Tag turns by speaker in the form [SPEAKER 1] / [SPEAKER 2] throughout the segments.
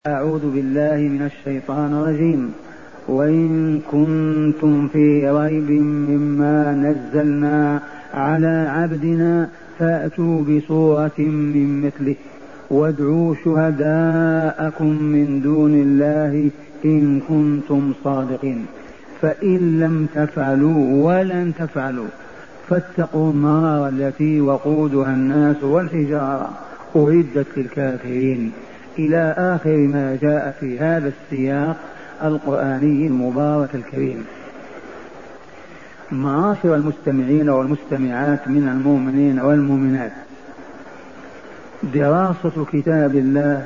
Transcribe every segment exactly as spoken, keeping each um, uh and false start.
[SPEAKER 1] أعوذ بالله من الشيطان الرجيم. وإن كنتم في ريب مما نزلنا على عبدنا فأتوا بسورة من مثله وادعوا شهداءكم من دون الله إن كنتم صادقين فإن لم تفعلوا ولن تفعلوا فاتقوا النار التي وقودها الناس والحجارة أعدت للكافرين، إلى آخر ما جاء في هذا السياق القرآني المبارك الكريم. معاشر المستمعين والمستمعات من المؤمنين والمؤمنات، دراسة كتاب الله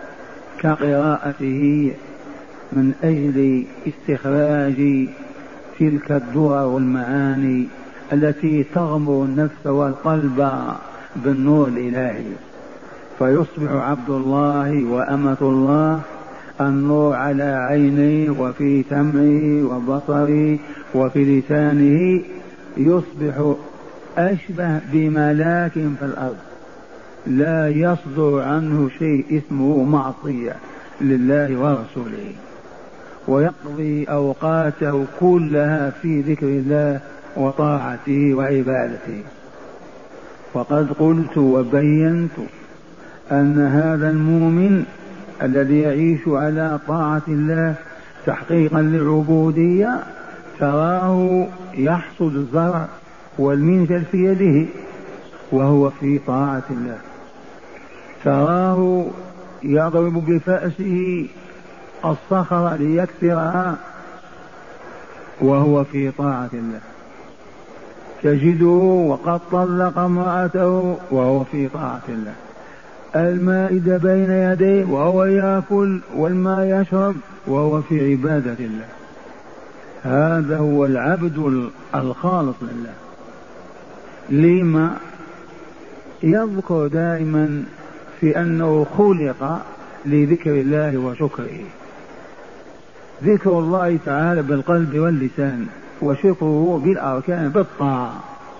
[SPEAKER 1] كقراءته من أجل استخراج تلك الدرر والمعاني التي تغمر النفس والقلب بالنور الإلهي، فيصبح عبد الله وأمة الله النور على عينيه وفي سمعه وبصره وفي لسانه، يصبح أشبه بملاك في الأرض لا يصدر عنه شيء اسمه معصية لله ورسوله، ويقضي أوقاته كلها في ذكر الله وطاعته وعبادته. وقد قلت وبينت أن هذا المؤمن الذي يعيش على طاعة الله تحقيقا للعبودية تراه يحصد الزرع والمنجل في يده وهو في طاعة الله، تراه يضرب بفأسه الصخرة ليكسرها وهو في طاعة الله، تجده وقد طلق امرأته وهو في طاعة الله، المائدة بين يديه وهو يأكل والماء يشرب وهو في عبادة الله. هذا هو العبد الخالص لله. لما يذكر دائما في أنه خلق لذكر الله وشكره، ذكر الله تعالى بالقلب واللسان وشكره بالأركان بالطاعة.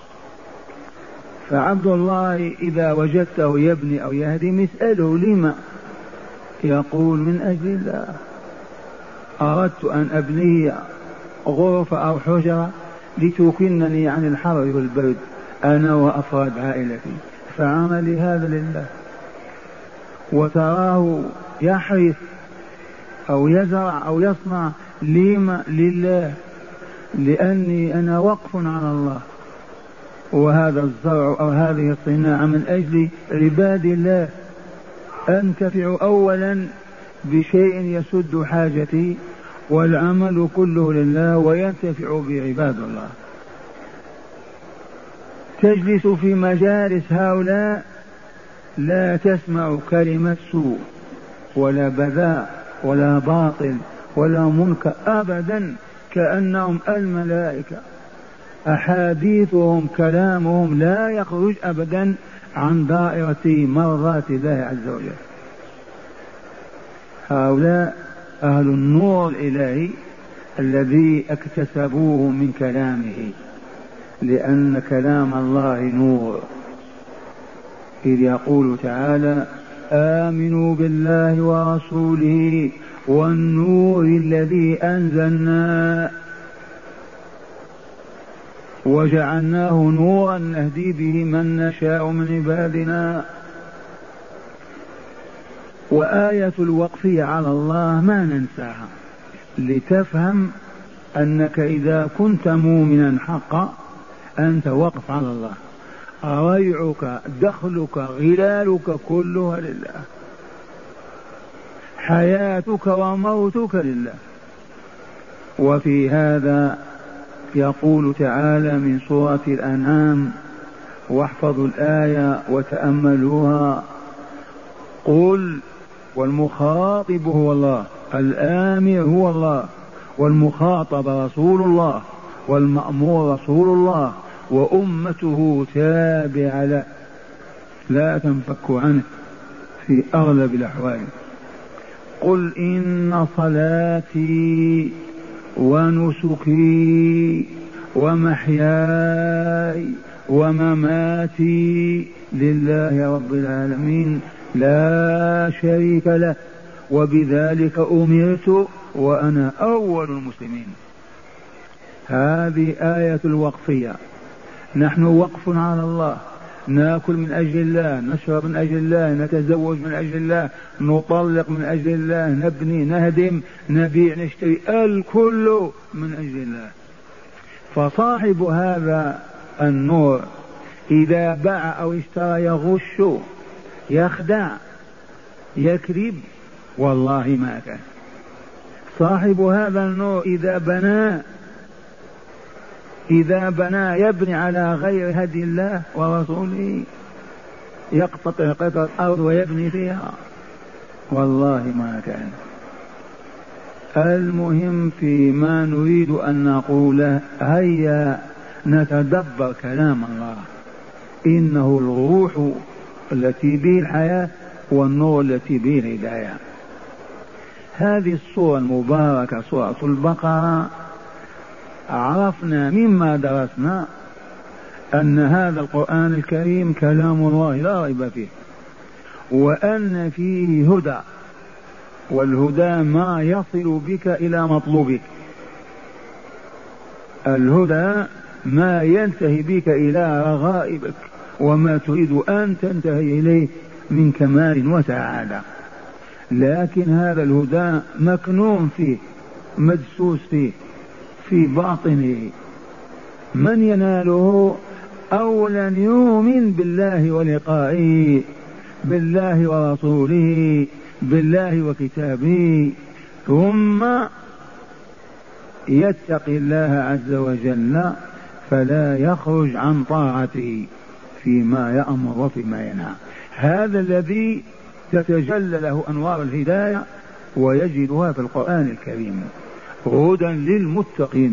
[SPEAKER 1] فعبد الله إذا وجدته يبني أو يهدم اسأله لما، يقول من أجل الله، أردت أن أبني غرفة أو حجرة لتكنني عن الحر والبرد أنا وأفراد عائلتي، فعمل هذا لله. وتراه يحرث أو يزرع أو يصنع لما لله، لأني أنا وقف على الله، وهذا الزرع أو هذه الصناعة من أجل عباد الله، أنتفع أولا بشيء يسد حاجتي والعمل كله لله وينتفع بعباد الله. تجلس في مجالس هؤلاء لا تسمع كلمة سوء ولا بذاء ولا باطل ولا منكر أبدا، كأنهم الملائكة، أحاديثهم كلامهم لا يخرج أبدا عن دائرة مرضاة الله عز وجل. هؤلاء أهل النور الإلهي الذي اكتسبوه من كلامه، لأن كلام الله نور، إذ يقول تعالى آمنوا بالله ورسوله والنور الذي أنزلنا وجعلناه نورا نهدي به من نشاء من عبادنا. وآية الوقفية على الله ما ننساها، لتفهم أنك إذا كنت مؤمنا حقا أنت وقف على الله، ريعك دخلك غلالك كلها لله، حياتك وموتك لله. وفي هذا يقول تعالى من سورة الأنعام، واحفظوا الآية وتأملوها، قل، والمخاطب هو الله، الآمر هو الله، والمخاطب رسول الله، والمأمور رسول الله، وأمته تابعة له لا تنفك عنه في أغلب الأحوال. قل إن صلاتي ونسكي ومحياي ومماتي لله رب العالمين لا شريك له وبذلك أمرت وأنا أول المسلمين. هذه آية الوقفية. نحن وقف على الله، ناكل من أجل الله، نشرب من أجل الله، نتزوج من أجل الله، نطلق من أجل الله، نبني نهدم نبيع نشتري، الكل من أجل الله. فصاحب هذا النور إذا باع أو اشترى يغش يخدع يكذب والله ما كان. صاحب هذا النور إذا بنى إذا بنى يبني على غير هدي الله ورسوله، يقتطع قطعة الأرض ويبني فيها والله ما كان. المهم فيما نريد أن نقوله، هيا نتدبر كلام الله، إنه الروح التي به الحياة والنور التي به الهداية. هذه الصورة المباركة سورة البقرة عرفنا مما درسنا أن هذا القرآن الكريم كلام الله لا ريب فيه، وأن فيه هدى، والهدى ما يصل بك إلى مطلوبك. الهدى ما ينتهي بك إلى رغائبك وما تريد أن تنتهي إليه من كمال وسعادة. لكن هذا الهدى مكنون فيه، مدسوس فيه في باطنه. من يناله؟ أولا يؤمن بالله ولقائه، بالله ورسوله، بالله وكتابه، ثم يتقي الله عز وجل فلا يخرج عن طاعته فيما يأمر وفيما ينهى. هذا الذي تتجلى له أنوار الهداية ويجدها في القرآن الكريم، هدى للمتقين.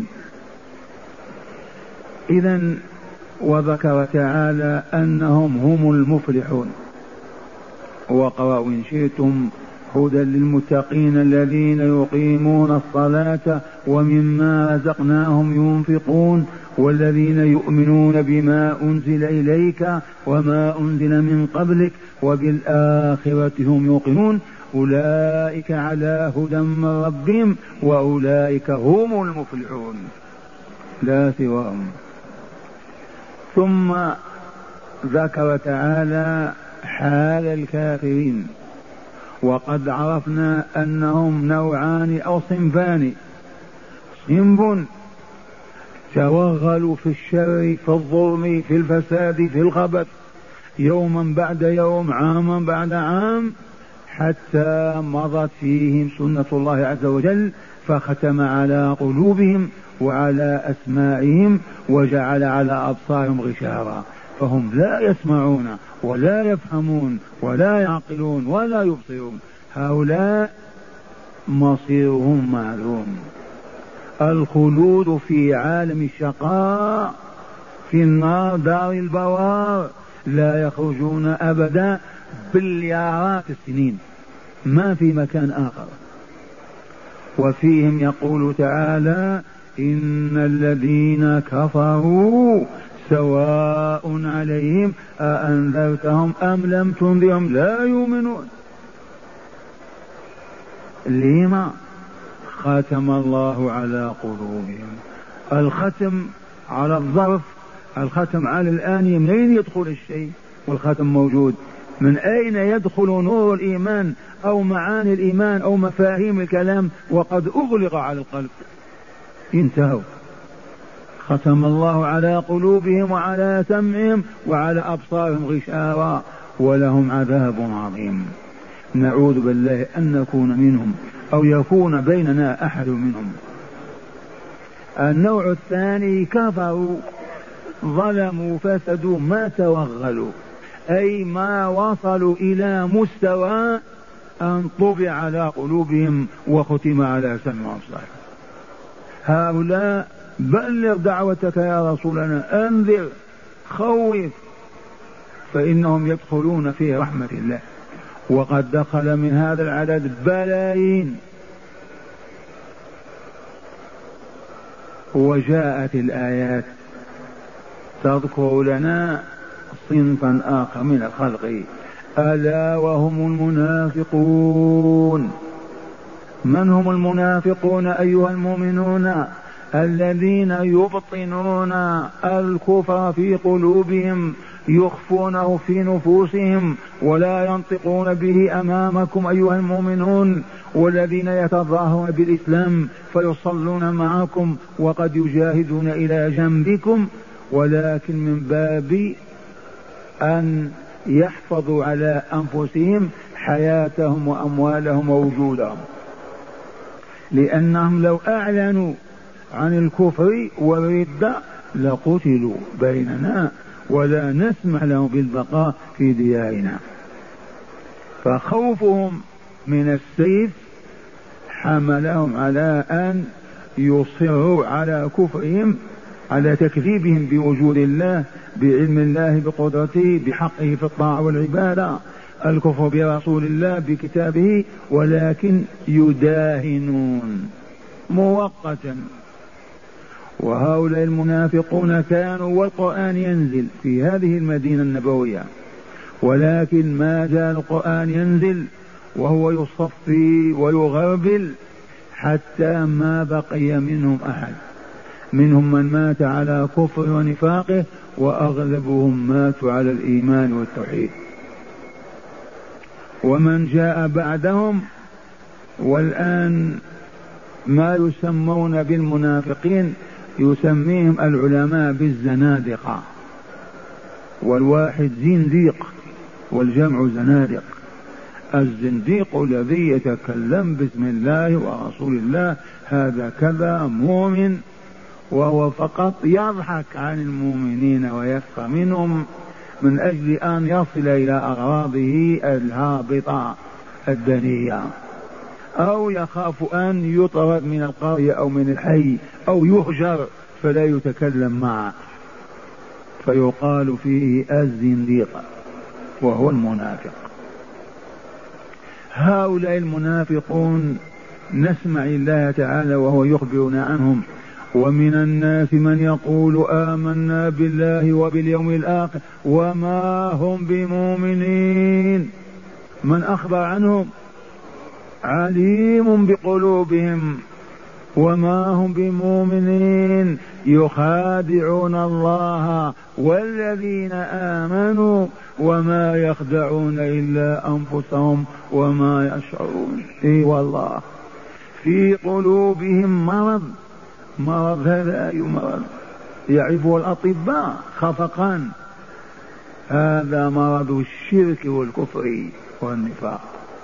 [SPEAKER 1] إذن وذكر تعالى أنهم هم المفلحون. وقرأوا إن شئتم هدى للمتقين الذين يقيمون الصلاة ومما رزقناهم ينفقون والذين يؤمنون بما أنزل إليك وما أنزل من قبلك وبالآخرة هم يوقنون أولئك على هدى من ربهم وأولئك هم المفلحون لا سواهم. ثم ذكر تعالى حال الكافرين، وقد عرفنا أنهم نوعان أو صنفان: صنف توغلوا في الشر في الظلم في الفساد في الخبث يوما بعد يوم عاما بعد عام حتى مضت فيهم سنة الله عز وجل فختم على قلوبهم وعلى أسماعهم وجعل على أبصارهم غشاوة فهم لا يسمعون ولا يفهمون ولا يعقلون ولا يبصرون. هؤلاء مصيرهم معلوم، الخلود في عالم الشقاء في النار دار البوار، لا يخرجون أبدا باليارات السنين، ما في مكان آخر. وفيهم يقول تعالى: إن الذين كفروا سواء عليهم أأنذرتهم أم لم تنذرهم لا يؤمنون. لما؟ ختم الله على قلوبهم. الختم على الظرف، الختم على الآن. منين يدخل الشيء والختم موجود؟ من أين يدخل نور الإيمان أو معاني الإيمان أو مفاهيم الكلام وقد أغلق على القلب؟ انتهوا. ختم الله على قلوبهم وعلى سمعهم وعلى أبصارهم غشاوة ولهم عذاب عظيم. نعوذ بالله أن نكون منهم أو يكون بيننا أحد منهم. النوع الثاني: كفروا ظلموا فسدوا ما توغلوا، أي ما وصلوا إلى مستوى أن طبع على قلوبهم وختم على سمع وأبصارهم. هؤلاء بلغ دعوتك يا رسولنا، أنذر خوف، فإنهم يدخلون في رحمة الله. وقد دخل من هذا العدد بلايين. وجاءت الآيات تذكر لنا صنفا آخر من الخلق، ألا وهم المنافقون. من هم المنافقون أيها المؤمنون؟ الذين يبطنون الكفر في قلوبهم يخفونه في نفوسهم ولا ينطقون به أمامكم أيها المؤمنون، والذين يتظاهرون بالإسلام فيصلون معكم وقد يجاهدون إلى جنبكم، ولكن من باب أن يحفظوا على أنفسهم حياتهم وأموالهم ووجودهم، لأنهم لو أعلنوا عن الكفر والردة لقتلوا بيننا ولا نسمح لهم بالبقاء في ديارنا. فخوفهم من السيف حملهم على أن يصروا على كفرهم، على تكذيبهم بوجود الله، بعلم الله، بقدرته، بحقه في الطاعة والعبادة، الكفر برسول الله بكتابه، ولكن يداهنون مؤقتا. وهؤلاء المنافقون كانوا والقرآن ينزل في هذه المدينة النبوية، ولكن ما زال القرآن ينزل وهو يصفي ويغربل حتى ما بقي منهم أحد. منهم من مات على كفر ونفاقه، وأغلبهم ماتوا على الإيمان والتوحيد. ومن جاء بعدهم والآن ما يسمون بالمنافقين يسميهم العلماء بالزنادقة، والواحد زنديق والجمع زنادق. الزنديق الذي يتكلم بسم الله ورسول الله هذا كذا مؤمن، وهو فقط يضحك عن المؤمنين ويسخر منهم من أجل أن يصل إلى أغراضه الهابطة الدنية، أو يخاف أن يطرد من القرية أو من الحي أو يهجر فلا يتكلم معه، فيقال فيه الزنديق وهو المنافق. هؤلاء المنافقون نسمع الله تعالى وهو يخبرنا عنهم: ومن الناس من يقول آمنا بالله وباليوم الآخر وما هم بمؤمنين. من أخبر عنهم؟ عليم بقلوبهم وما هم بمؤمنين، يخادعون الله والذين آمنوا وما يخدعون إلا أنفسهم وما يشعرون. إي والله في قلوبهم مرض. مرض هذا أي مرض؟ يعرفه الأطباء خفقان. هذا مرض الشرك والكفر والنفاق،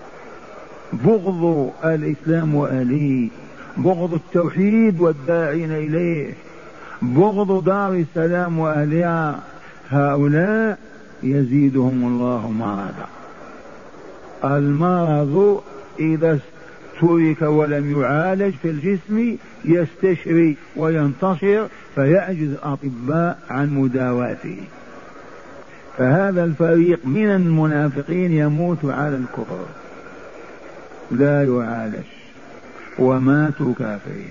[SPEAKER 1] بغض الإسلام وأهله، بغض التوحيد والداعين إليه، بغض دار السلام وأهلها. هؤلاء يزيدهم الله مرضا. المرض إذا ترك ولم يعالج في الجسم يستشري وينتشر فيعجز الأطباء عن مداواته. فهذا الفريق من المنافقين يموت على الكفر لا يعالج وماتوا كافرين،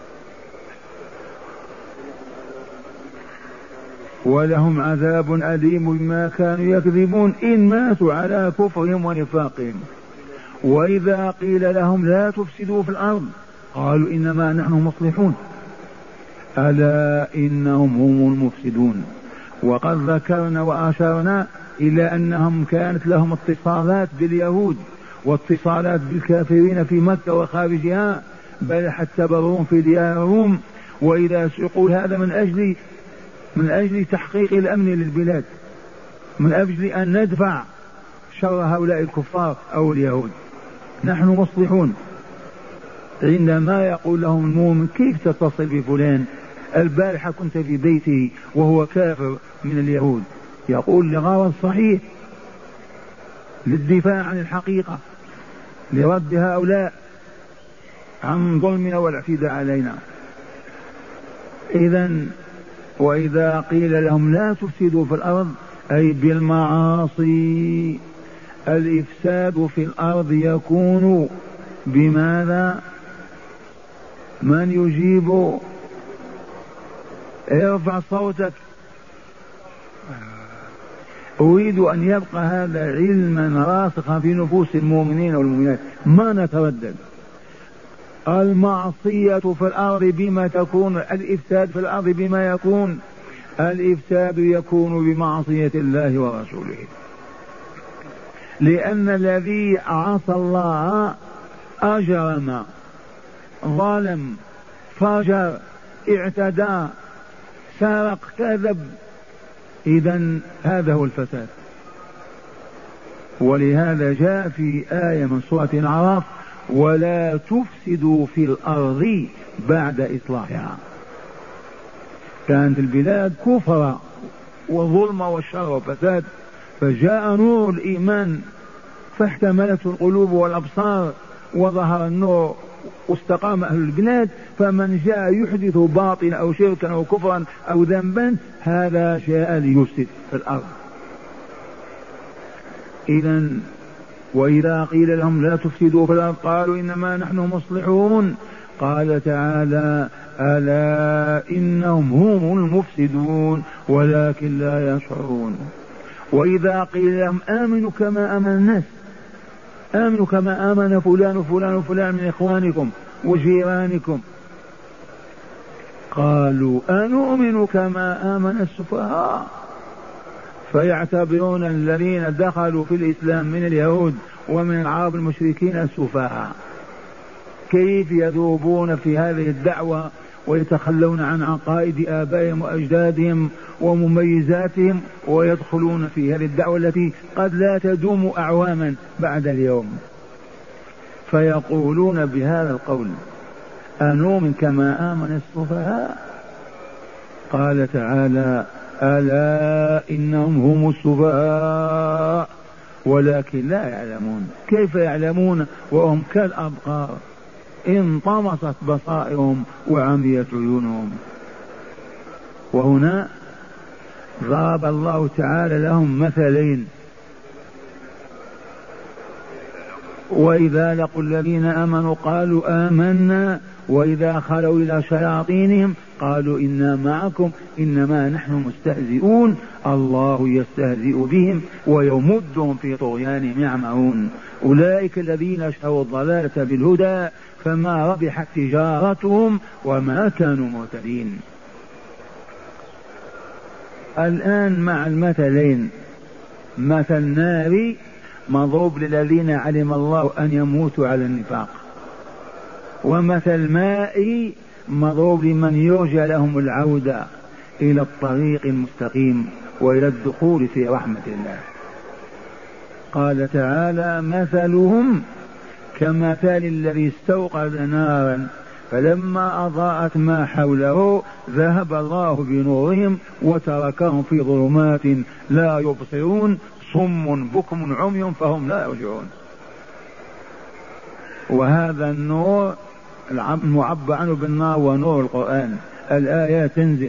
[SPEAKER 1] ولهم عذاب أليم بما كانوا يكذبون إن ماتوا على كفرهم ونفاقهم. وإذا قيل لهم لا تفسدوا في الأرض قالوا إنما نحن مصلحون، ألا إنهم هم المفسدون. وقد ذكرنا وأشرنا إلى أنهم كانت لهم اتصالات باليهود واتصالات بالكافرين في مكة وخارجها، بل حتى برهم في ديارهم. وإذا يقول هذا من أجل من أجل تحقيق الأمن للبلاد، من أجل أن ندفع شر هؤلاء الكفار أو اليهود. نحن مصلحون. عندما يقول لهم المؤمن كيف تتصل بفلان؟ البارحة كنت في بيته وهو كافر من اليهود. يقول لغرض صحيح، للدفاع عن الحقيقة، لرد هؤلاء عن ظلمنا والاعتداء علينا. إذن وإذا قيل لهم لا تفسدوا في الأرض أي بالمعاصي. الإفساد في الأرض يكون بماذا؟ من يجيب؟ ارفع صوتك. أريد أن يبقى هذا علما راسخا في نفوس المؤمنين والمؤمنات، ما نتردد. المعصية في الأرض بما تكون، الإفساد في الأرض بما يكون، الإفساد يكون بمعصية الله ورسوله، لأن الذي عصى الله أجرم، ظلم، فجر، اعتدى، سرق، كذب، إذن هذا هو الفساد. ولهذا جاء في آية من سورة الأعراف: ولا تفسدوا في الأرض بعد إصلاحها. كانت البلاد كفر وظلم والشر وفساد، فجاء نور الإيمان فاحتملته القلوب والأبصار وظهر النور واستقام أهل البلاد. فمن جاء يحدث باطلا أو شركا أو كفرا أو ذنبا هذا جاء ليفسد في الأرض. إذن وإذا قيل لهم لا تفسدوا في الأرض قالوا إنما نحن مصلحون. قال تعالى: ألا إنهم هم المفسدون ولكن لا يشعرون. وإذا قيل لهم آمنوا كما آمن الناس، آمنوا كما آمن فلان وفلان وفلان من إخوانكم وجيرانكم، قالوا أنؤمن كما آمن السفهاء. فيعتبرون الذين دخلوا في الإسلام من اليهود ومن العرب المشركين السفهاء. كيف يذوبون في هذه الدعوة ويتخلون عن عقائد آبائهم وأجدادهم ومميزاتهم ويدخلون في هذه الدعوة التي قد لا تدوم أعواما بعد اليوم. فيقولون بهذا القول: أنؤمن كما آمن السفهاء. قال تعالى: ألا إنهم هم السفهاء ولكن لا يعلمون. كيف يعلمون وهم كالأبقار انطمست بصائرهم وعميت عيونهم؟ وهنا ضرب الله تعالى لهم مثلين: وإذا لقوا الذين آمنوا قالوا آمنا وإذا خلوا إلى شياطينهم قالوا إنا معكم إنما نحن مستهزئون الله يستهزئ بهم ويمدهم في طغيانهم يعمهون. أولئك الذين اشتروا الضلالة بالهدى فما ربحت تجارتهم وما كانوا مهتدين. الآن مع المثلين: مثل ناري مضروب للذين علم الله أن يموتوا على النفاق، ومثل ماء مضروب لمن يرجى لهم العودة إلى الطريق المستقيم وإلى الدخول في رحمة الله. قال تعالى: مثلهم كمثل الذي استوقد نارا فلما أضاءت ما حوله ذهب الله بنورهم وتركهم في ظلمات لا يبصرون صم بكم عمي فهم لا يرجعون. وهذا النور المعبر عنه بالنار ونور القرآن. الآيات تنزل،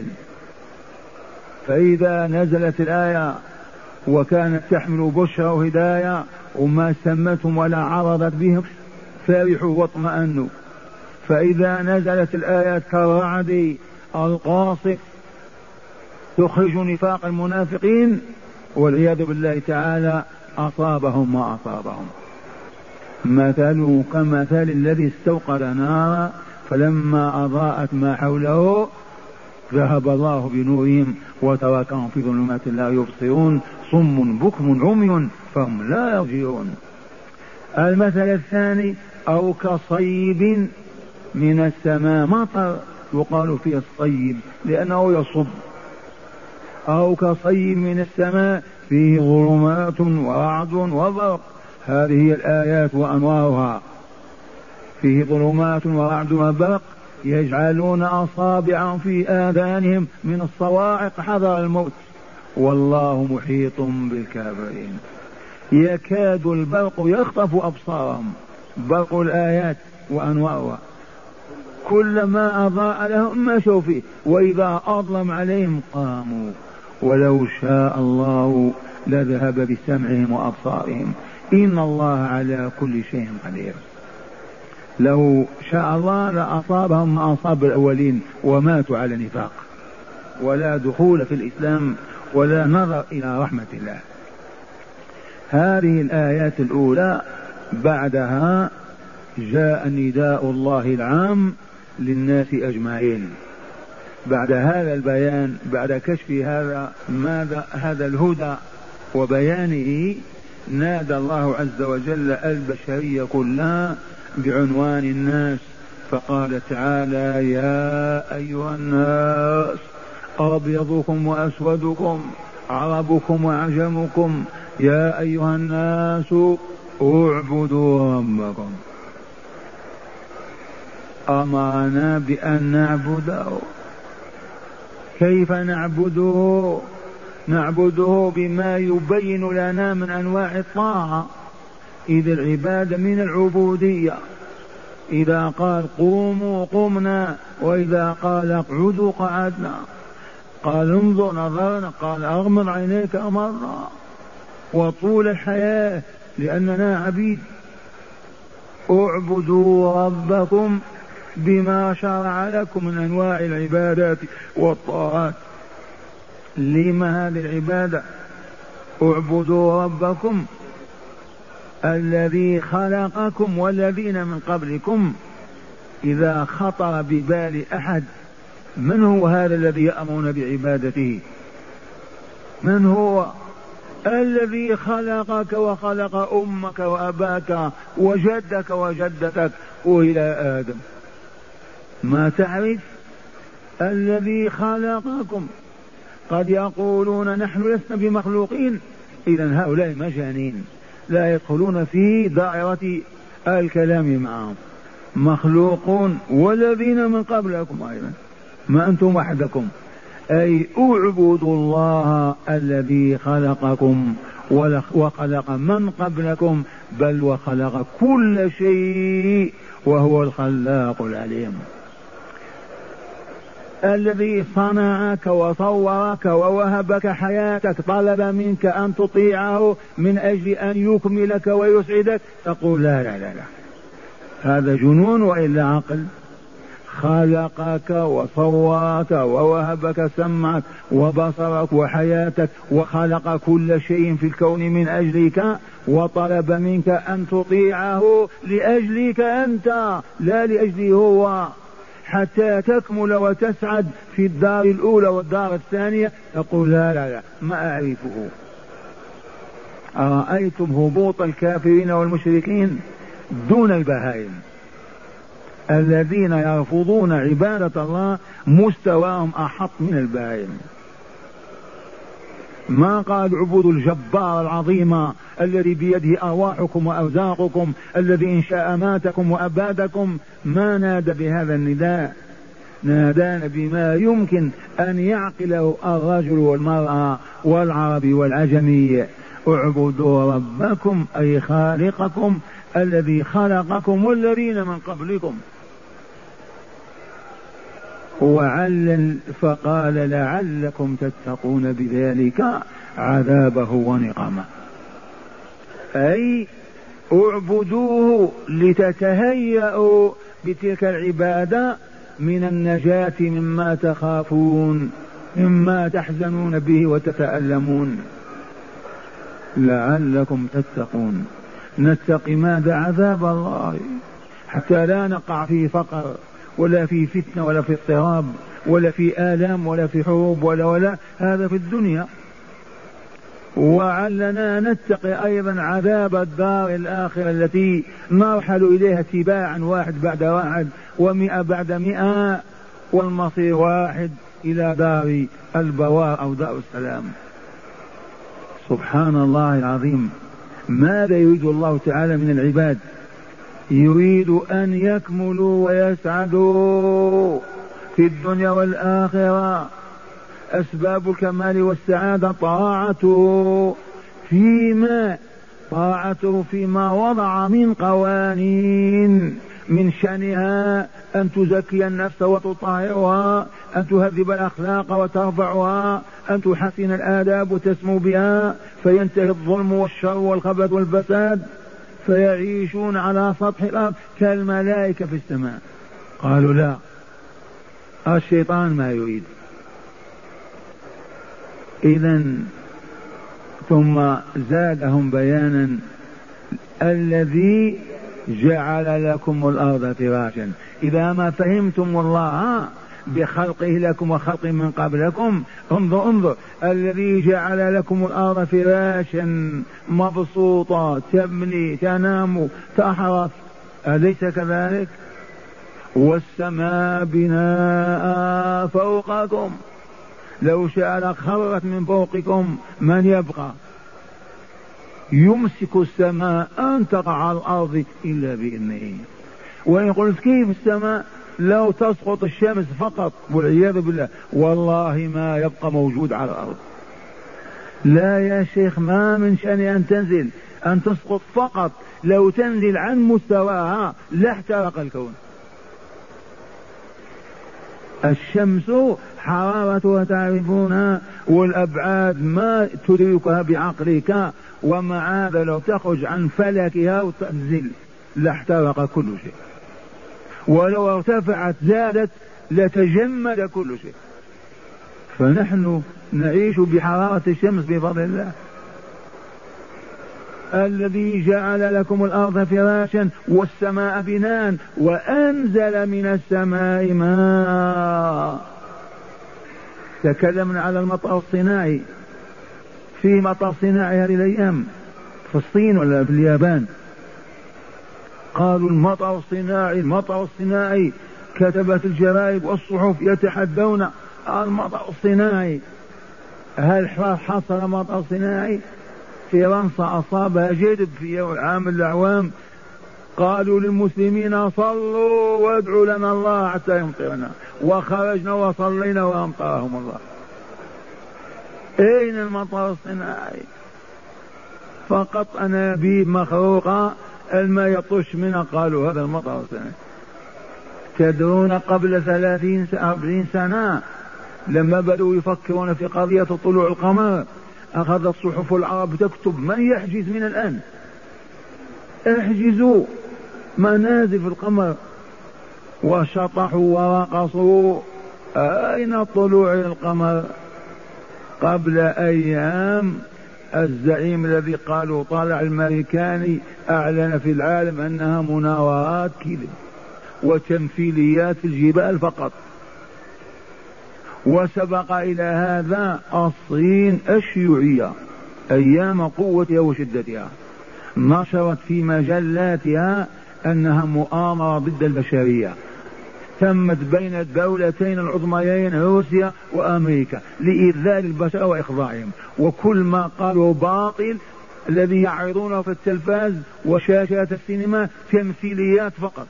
[SPEAKER 1] فإذا نزلت الآية وكانت تحمل بشرى وهداية وما سمتهم ولا عرضت بهم فرحوا واطمأنوا. فإذا نزلت الآيات كالرعد القاصف تخرج نفاق المنافقين والعياذ بالله تعالى أصابهم ما أصابهم. مثله كمثل الذي استوقد نارا فلما أضاءت ما حوله ذهب الله بنورهم وتركهم في ظلمات لا يبصرون صم بكم عمي فهم لا يرجعون. المثل الثاني: أو كصيب من السماء، مطر يقال فيه الصيب لأنه يصب، أو كصيب من السماء فيه ظلمات ورعد وبرق. هذه هي الآيات وأنوارها. فيه ظلمات ورعد وبرق يجعلون أصابعهم في آذانهم من الصواعق حذر الموت والله محيط بالكافرين. يكاد البرق يخطف أبصارهم، برق الآيات وأنوارها، كلما أضاء لهم مشوا فيه وإذا أظلم عليهم قاموا. ولو شاء الله لذهب بسمعهم وأبصارهم إن الله على كل شيء قدير. لو شاء الله لأصابهم ما أصاب الأولين وماتوا على نفاق ولا دخول في الإسلام ولا نظر إلى رحمة الله. هذه الآيات الأولى. بعدها جاء نداء الله العام للناس أجمعين. بعد هذا البيان، بعد كشف هذا ماذا هذا الهدى وبيانه، نادى الله عز وجل البشرية كلها بعنوان الناس، فقال تعالى: يا أيها الناس أبيضكم وأسودكم عربكم وعجمكم يا أيها الناس اعبدوا ربكم. أمرنا بأن نعبده. كيف نعبده؟ نعبده بما يبين لنا من أنواع الطاعة، إذ العبادة من العبودية. إذا قال قوموا قمنا، وإذا قال اقعدوا قعدنا، قال انظر نظرنا، قال أغمض عينيك أمرنا. وطول الحياة لأننا عبيد. اعبدوا ربكم بما شرع لكم من أنواع العبادات والطاعات. لما هذه العبادة؟ اعبدوا ربكم الذي خلقكم والذين من قبلكم. إذا خطر ببال أحد من هو هذا الذي يأمرون بعبادته؟ من هو؟ الذي خلقك وخلق أمك وأباك وجدك وجدتك وإلى آدم. ما تعرف؟ الذي خلقكم. قد يقولون نحن لسنا بمخلوقين، إذن هؤلاء مجانين لا يدخلون في دائرة الكلام معهم. مخلوقون والذين من قبلكم أيضا، ما أنتم وحدكم. أي اعبدوا الله الذي خلقكم وخلق من قبلكم، بل وخلق كل شيء وهو الخلاق العليم. الذي صنعك وصورك ووهبك حياتك طلب منك أن تطيعه من أجل أن يكملك ويسعدك، تقول لا لا لا لا، هذا جنون وإلا عقل. خلقك وصورك ووهبك سمعك وبصرك وحياتك وخلق كل شيء في الكون من أجلك، وطلب منك أن تطيعه لأجلك أنت لا لأجله هو، حتى تكمل وتسعد في الدار الأولى والدار الثانية. تقول لا لا لا ما أعرفه. أرأيتم هبوط الكافرين والمشركين دون البهائم الذين يرفضون عبادة الله، مستواهم أحط من البهائم. ما قال اعبدوا الجبار العظيم الذي بيده أرواحكم وأرزاقكم، الذي إن شاء ماتكم وأبادكم. ما نادى بهذا النداء، نادانا بما يمكن أن يعقله الرجل والمرأة والعربي والعجمي. اعبدوا ربكم أي خالقكم الذي خلقكم والذين من قبلكم. وعلل فقال لعلكم تتقون بذلك عذابه ونقمه. أي اعبدوه لتتهيأوا بتلك العبادة من النجاة مما تخافون، مما تحزنون به وتتألمون. لعلكم تتقون. نتقي ماذا؟ عذاب الله، حتى لا نقع في فقر ولا في فتنة ولا في اضطراب ولا في آلام ولا في حروب ولا ولا هذا في الدنيا. وعلنا نتقي أيضا عذاب الدار الآخرة التي نرحل إليها تباعا واحد بعد واحد ومئة بعد مئة، والمصير واحد إلى دار البوار أو دار السلام. سبحان الله العظيم. ماذا يريد الله تعالى من العباد؟ يريد أن يكملوا ويسعدوا في الدنيا والآخرة. أسباب الكمال والسعادة طاعته فيما طاعته فيما وضع من قوانين، من شأنها أن تزكي النفس وتطهرها، أن تهذب الأخلاق وترفعها، أن تحسن الآداب وتسمو بها، فينتهي الظلم والشر والخبث والفساد، فيعيشون على سطح الأرض كالملائكة في السماء. قالوا لا، الشيطان ما يريد. إذن ثم زادهم بيانا الذي جعل لكم الأرض فراشا. إذا ما فهمتم الله بخلقه لكم وخلق من قبلكم، انظر انظر الذي جعل لكم الأرض فراشا مبسوطة، تبني تنام تحرث، أليس كذلك؟ والسماء بناء فوقكم، لو شاء لخرت من فوقكم، من يبقى؟ يمسك السماء أن تقع على الأرض إلا بإذنه. ويقول كيف السماء؟ لو تسقط الشمس فقط والعياذ بالله والله ما يبقى موجود على الأرض. لا يا شيخ، ما من شأن أن تنزل، أن تسقط فقط، لو تنزل عن مستواها لاحترق الكون. الشمس حرارتها تعرفونها، والأبعاد ما تدركها بعقلك، ومع هذا لو تخرج عن فلكها وتنزل لاحترق كل شيء، ولو ارتفعت زادت لتجمد كل شيء. فنحن نعيش بحرارة الشمس بفضل الله. الذي جعل لكم الأرض فراشا والسماء بناء وأنزل من السماء ماء. تكلمنا على المطر الصناعي، في مطر صناعي هذه الأيام في الصين ولا في اليابان، قالوا المطر الصناعي المطر الصناعي، كتبت الجرائد والصحف يتحدون المطر الصناعي. هل حصل مطر صناعي؟ فرنسا أصابها جدب في عام من الأعوام، قالوا للمسلمين صلوا وادعوا لنا الله حتى يمطرنا، وخرجنا وصلينا وأمطرهم الله. أين المطر الصناعي؟ فقط أنابيب مخروقة الماء يطش منها، قالوا هذا المطر الصناعي. تدرون قبل ثلاثين أربعين سنة لما بدأوا يفكرون في قضية طلوع القمر، أخذت صحف العرب تكتب من يحجز من الآن، احجزوا منازل في القمر، وشطحوا ورقصوا. أين طلوع القمر؟ قبل أيام الزعيم الذي قالوا طالع الأمريكاني أعلن في العالم أنها مناورات كذب وتمثيليات في الجبال فقط. وسبق إلى هذا الصين الشيوعية أيام قوتها وشدتها، نشرت في مجلاتها أنها مؤامرة ضد البشرية، تمت بين الدولتين العظميين روسيا وأمريكا لإذلال البشر وإخضاعهم، وكل ما قالوا باطل. الذي يعرضونه في التلفاز وشاشات السينما تمثيليات فقط.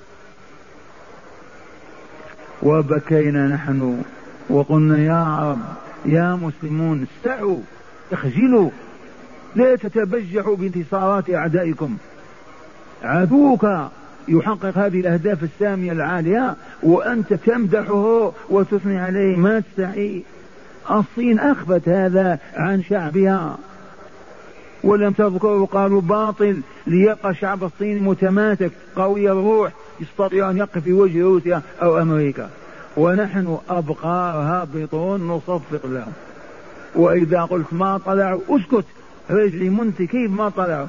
[SPEAKER 1] وبكينا نحن وقلنا يا عرب يا مسلمون استعوا اخجلوا، لا تتبجحوا بانتصارات أعدائكم. عدوك يحقق هذه الأهداف السامية العالية وأنت تمدحه وتثني عليه، ما تستحي. الصين أخفت هذا عن شعبها ولم تذكروا، قالوا باطل ليبقى شعب الصين متماسك قوي الروح يستطيع أن يقف في وجه روسيا أو أمريكا، ونحن أبقار هابطون نصفق لهم. وإذا قلت ما طلعوا اسكت، رجلي منت كيف ما طلعوا؟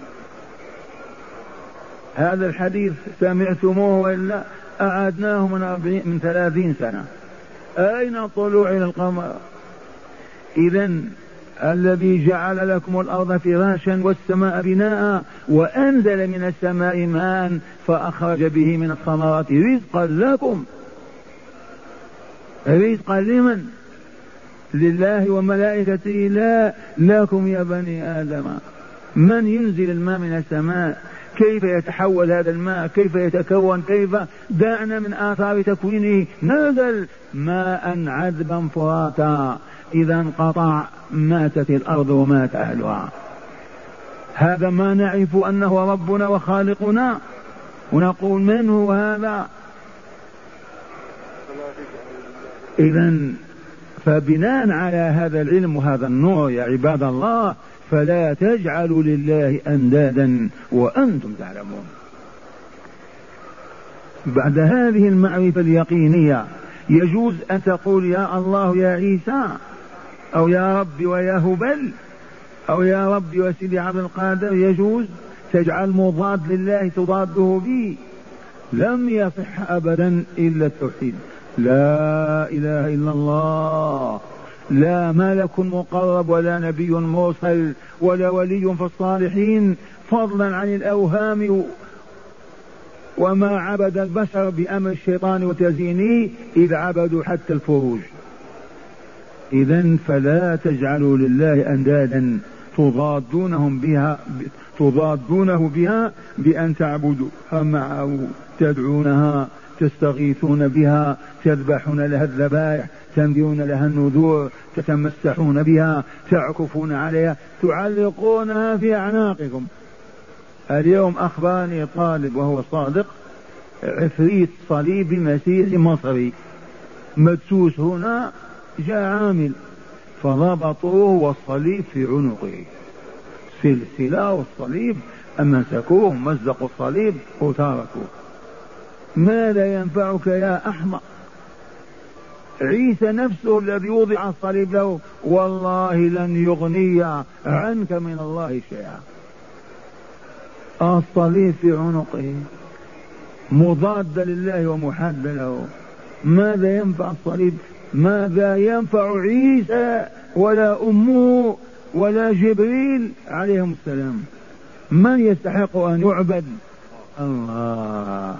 [SPEAKER 1] هذا الحديث سمعتموه وإلا أعدناه من, من ثلاثين سنة. أين طلوع إلى القمر؟ إذن الذي جعل لكم الأرض فراشا والسماء بناء وأنزل من السماء ماء فأخرج به من الثمرات رزقا لكم. رزقا لمن؟ لله وملائكته؟ لا، لكم يا بني آدم. من ينزل الماء من السماء؟ كيف يتحول هذا الماء؟ كيف يتكون؟ كيف؟ دعنا من آثار تكوينه. نزل ماء عذبا فراتا، إذا انقطع ماتت الأرض ومات أهلها. هذا ما نعرف أنه ربنا وخالقنا، ونقول من هو هذا؟ إذن فبناء على هذا العلم وهذا النور يا عباد الله فلا تجعلوا لله أندادا وأنتم تعلمون. بعد هذه المعرفة اليقينية يجوز أن تقول يا الله يا عيسى، أو يا رب ويا هبل، أو يا رب وسيدي عبد القادر، يجوز تجعل مضاد لله تضاده به، لم يصح أبدا إلا التوحيد. لا إله إلا الله، لا ملك مقرب ولا نبي مرسل ولا ولي في الصالحين، فضلا عن الأوهام وما عبد البشر بأمر الشيطان وتزيينه إذ عبدوا حتى الفروج. إذن فلا تجعلوا لله أندادا تضادونهم بها تضادونه بها بأن تعبدوا معه، تدعونها، تستغيثون بها، تذبحون لها الذبائح، تنذرون لها النذور، تتمسحون بها، تعكفون عليها، تعلقونها في أعناقكم. اليوم أخبرني طالب وهو صادق، عفريت صليب مسيحي مصري مدسوس هنا، جاء عامل فضبطوه والصليب في عنقه، سلسلة والصليب، أمسكوه مزقوا الصليب وتركوه. ماذا ينفعك يا أحمق؟ عيسى نفسه الذي وضع الصليب له والله لن يغني عنك من الله شيئا. الصليب في عنقه مضاد لله ومحاد له، ماذا ينفع الصليب؟ ماذا ينفع عيسى ولا أمه ولا جبريل عليهم السلام؟ من يستحق أن يعبد؟ الله.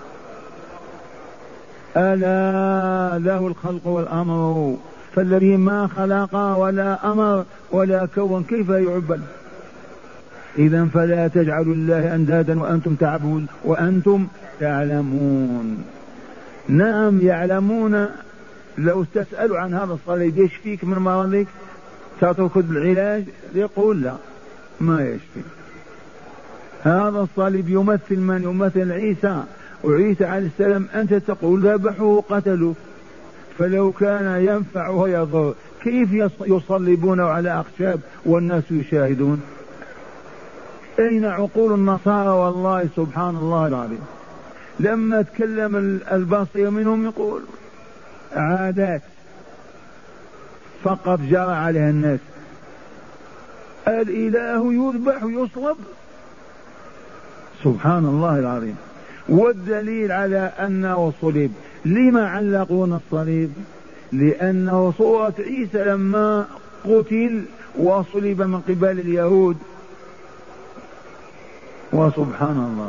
[SPEAKER 1] ألا له الخلق والأمر، فالذي ما خلق ولا أمر ولا كون كيف يعبد؟ إذن فلا تجعلوا الله أندادا وأنتم تعبدون وأنتم تعلمون. نعم يعلمون. لو تسألوا عن هذا الصليب يشفيك من مرضك تترك العلاج، يقول لا ما يشفي. هذا الصليب يمثل من؟ يمثل عيسى، وعيسى عليه السلام أنت تقول ذبحوه قتلوا، فلو كان ينفع ويضر كيف يصلبونه على أخشاب والناس يشاهدون؟ أين عقول النصارى؟ والله سبحان الله العظيم. لما تكلم البصير منهم يقول عادات فقط جرى عليها الناس. الإله يذبح ويصلب، سبحان الله العظيم. والدليل على أنه صلب، لما علقون الصليب؟ لأنه صورة عيسى لما قتل وصلب من قبل اليهود. وسبحان الله،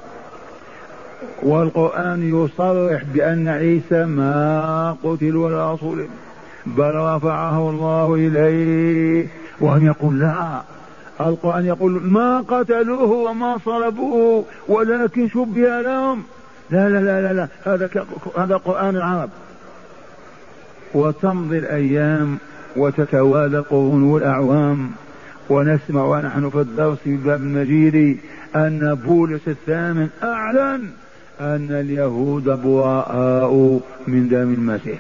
[SPEAKER 1] والقرآن يصرح بأن عيسى ما قتل ولا صلب بل رفعه الله إليه، وهم يقول لا، القرآن يقول ما قتلوه وما صلبوه ولكن شبه لهم. لا لا لا لا, لا. هذا هذا قرآن العرب. وتمضي الأيام وتتوالى القرون والأعوام، ونسمع ونحن في الدرس في باب المجيد أن بولس الثامن أعلن أن اليهود براء من دم المسيح.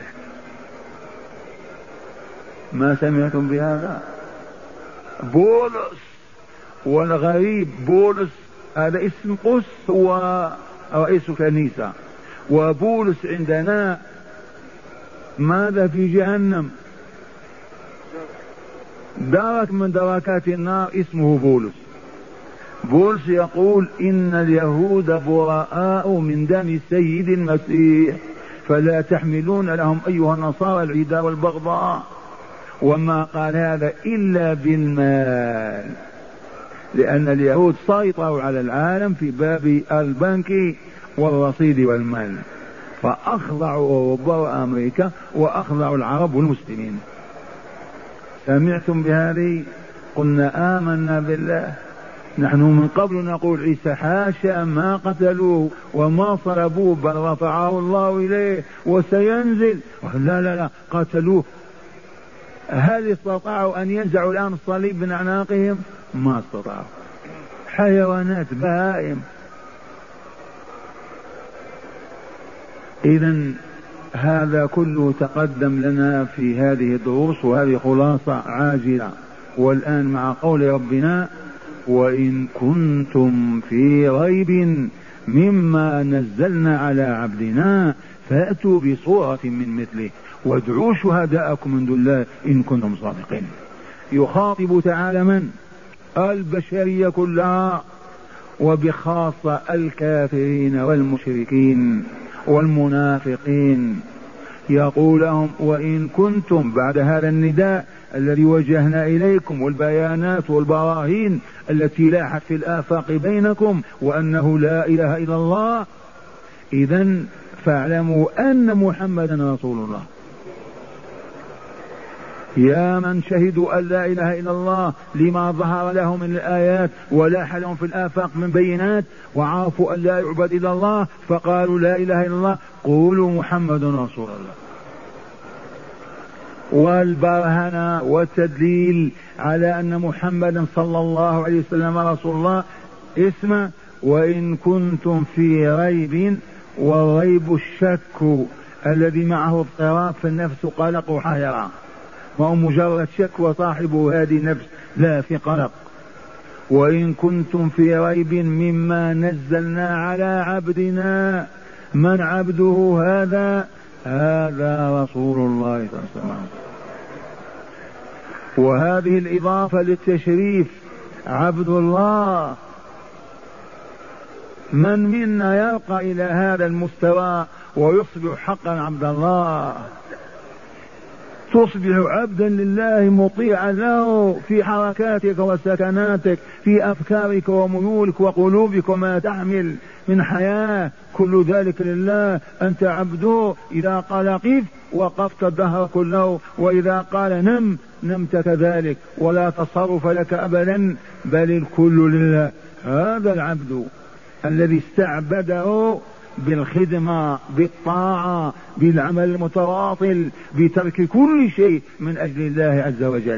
[SPEAKER 1] ما سمعتم بهذا؟ بولس، والغريب بولس هذا اسم قس، هو رئيس كنيسة، وبولس عندنا ماذا في جهنم؟ درك من دركات النار اسمه بولس. بولس يقول إن اليهود براء من دم السيد المسيح، فلا تحملون لهم أيها النصارى العداء والبغضاء. وما قال هذا إلا بالمال، لأن اليهود سيطروا على العالم في باب البنك والرصيد والمال، فأخضعوا أوروبا وأمريكا وأخضعوا العرب والمسلمين. سمعتم بهذه؟ قلنا آمنا بالله. نحن من قبل نقول عيسى حاشا ما قتلوه وما صلبوه بل رفعه الله إليه وسينزل. لا لا لا قتلوه. هل استطاعوا أن ينزعوا الآن الصليب من أعناقهم؟ ما استطاعوا. حيوانات، بهائم. إذن هذا كله تقدم لنا في هذه الدروس، وهذه خلاصة عاجلة. والآن مع قول ربنا وإن كنتم في ريب مما نزلنا على عبدنا فأتوا بصورة من مثله وادعوا شهداءكم من دون الله إن كنتم صادقين. يخاطب تعالى من؟ البشرية كلها، وبخاصة الكافرين والمشركين والمنافقين. يقول لهم: وإن كنتم بعد هذا النداء الذي وجهنا إليكم والبيانات والبراهين التي لاحت في الآفاق بينكم وأنه لا إله إلا الله، إذن فاعلموا أن محمدا رسول الله. يا من شهدوا أن لا إله إلا الله لما ظهر لهم من الآيات ولاح لهم في الآفاق من بينات، وعرفوا أن لا يعبد إلا الله فقالوا لا إله إلا الله، قولوا محمد رسول الله. والبرهنة والتدليل على أن محمدا صلى الله عليه وسلم رسول الله اسمه: وإن كنتم في ريب، والريب الشك الذي معه اضطراب في النفس قلق وحيرة، وهو مجرد شك وصاحبه هذه النفس لا في قلق. وإن كنتم في ريب مما نزلنا على عبدنا، من عبده هذا؟ هذا رسول الله صلى الله عليه وسلم. وهذه الإضافة للتشريف، عبد الله. من منا يرقى إلى هذا المستوى ويصبح حقا عبد الله؟ تصبح عبدا لله مطيعا له في حركاتك وسكناتك، في أفكارك وميولك وقلوبك وما تحمل من حياة، كل ذلك لله. أنت عبده، إذا قال قف وقفت الدهر كله، وإذا قال نم نمت كذلك، ولا تصرف لك أبدا، بل الكل لله. هذا العبد الذي استعبده بالخدمة، بالطاعة، بالعمل المتواصل، بترك كل شيء من أجل الله عز وجل.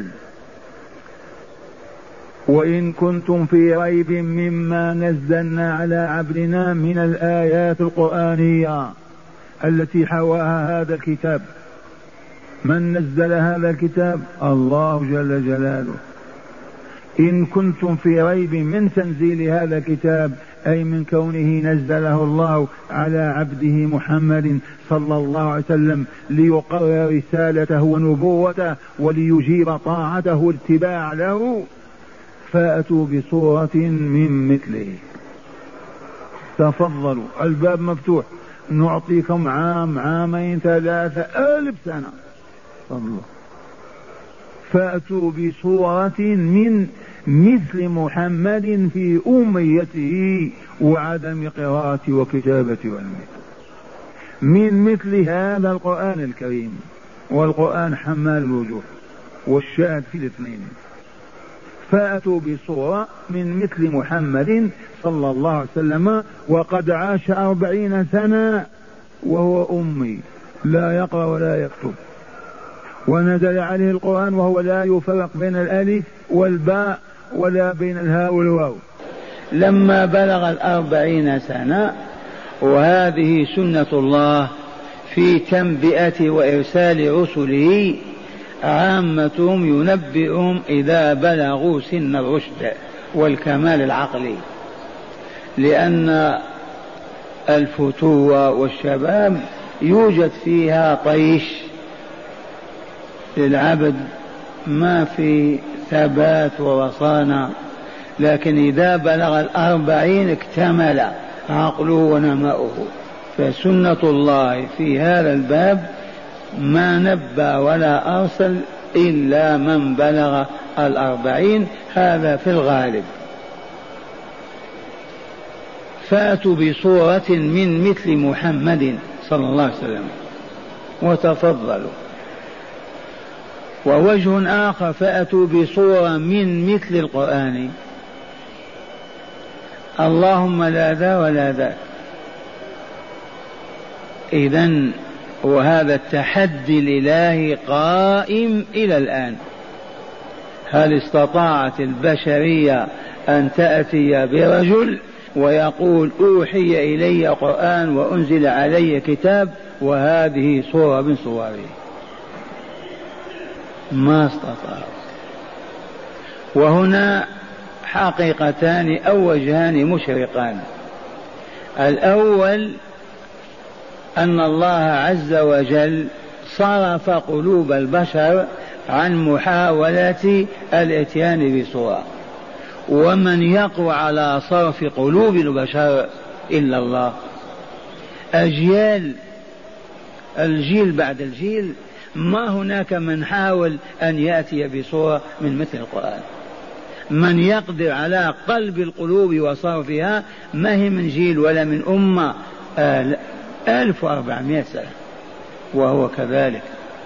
[SPEAKER 1] وإن كنتم في ريب مما نزلنا على عبدنا من الآيات القرآنية التي حواها هذا الكتاب. من نزل هذا الكتاب؟ الله جل جلاله. إن كنتم في ريب من تنزيل هذا الكتاب، أي من كونه نزله الله على عبده محمد صلى الله عليه وسلم ليقرر رسالته ونبوته وليجيب طاعته واتباع له، فأتوا بصورة من مثله. تفضلوا، الباب مفتوح، نعطيكم عام، عامين، ثلاثة، ألف سنة. تفضلوا. فأتوا بصورة من مثل محمد في أميته وعدم قراءة وكتابة وعلمه، من مثل هذا القرآن الكريم. والقرآن حمال الوجوه والشاهد في الاثنين. فأتوا بصورة من مثل محمد صلى الله عليه وسلم، وقد عاش أربعين سنة وهو أمي لا يقرأ ولا يكتب، ونزل عليه القرآن وهو لا يفرق بين الألف والباء ولا بين الهاء والواو.
[SPEAKER 2] لما بلغ الأربعين سنة، وهذه سنة الله في تنبئة وإرسال رسله، عامتهم ينبئهم إذا بلغوا سن الرشد والكمال العقلي، لأن الفتوة والشباب يوجد فيها طيش للعبد، ما في ثبات ورصانة. لكن إذا بلغ الأربعين اكتمل عقله ونماؤه. فسنة الله في هذا الباب ما نبى ولا أرسل إلا من بلغ الأربعين، هذا في الغالب. فأتوا بصورة من مثل محمد صلى الله عليه وسلم وتفضلوا. ووجه آخر: فأتوا بصورة من مثل القرآن. اللهم لا ذا ولا ذاك. إذن وهذا التحدي الإلهي قائم إلى الآن. هل استطاعت البشرية أن تأتي برجل ويقول أوحي إلي قرآن وأنزل علي كتاب وهذه صورة من صوره؟ ما استطاع. وهنا حقيقتان أو وجهان مشرقان. الأول أن الله عز وجل صرف قلوب البشر عن محاولة الاتيان بصورة، ومن يقوى على صرف قلوب البشر إلا الله. أجيال، الجيل بعد الجيل، ما هناك من حاول أن يأتي بصورة من مثل القرآن. من يقدر على قلب القلوب وصرفها ما هي من جيل ولا من أمة ألف وأربعمائة سنة، وهو كذلك.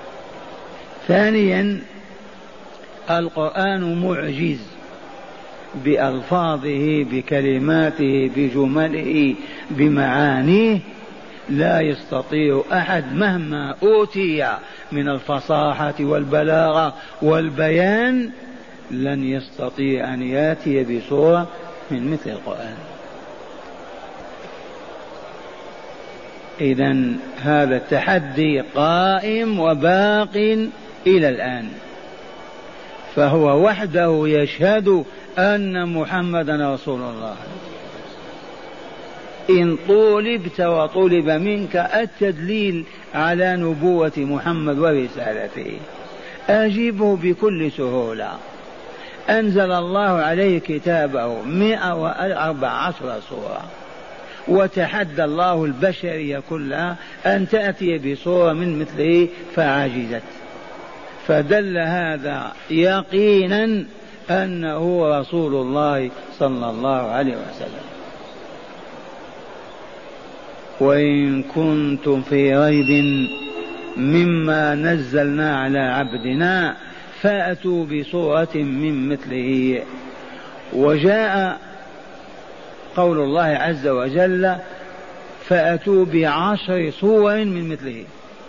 [SPEAKER 2] ثانيا القرآن معجز بألفاظه بكلماته بجمله بمعانيه، لا يستطيع أحد مهما أوتي من الفصاحة والبلاغة والبيان لن يستطيع أن يأتي بصورة من مثل القرآن. إذن هذا التحدي قائم وباق إلى الآن، فهو وحده يشهد أن محمدا رسول الله. إن طولبت وطلب منك التدليل على نبوة محمد ورسالته أجيبه بكل سهولة. أنزل الله عليه كتابه مئة وأربع عشر سورة، وتحدى الله البشرية كلها أن تأتي بصورة من مثله فعجزت، فدل هذا يقينا أنه رسول الله صلى الله عليه وسلم. وإن كنتم في ريب مما نزلنا على عبدنا فأتوا بصورة من مثله. وجاء قول الله عز وجل فأتوا بعشر صور من مثله،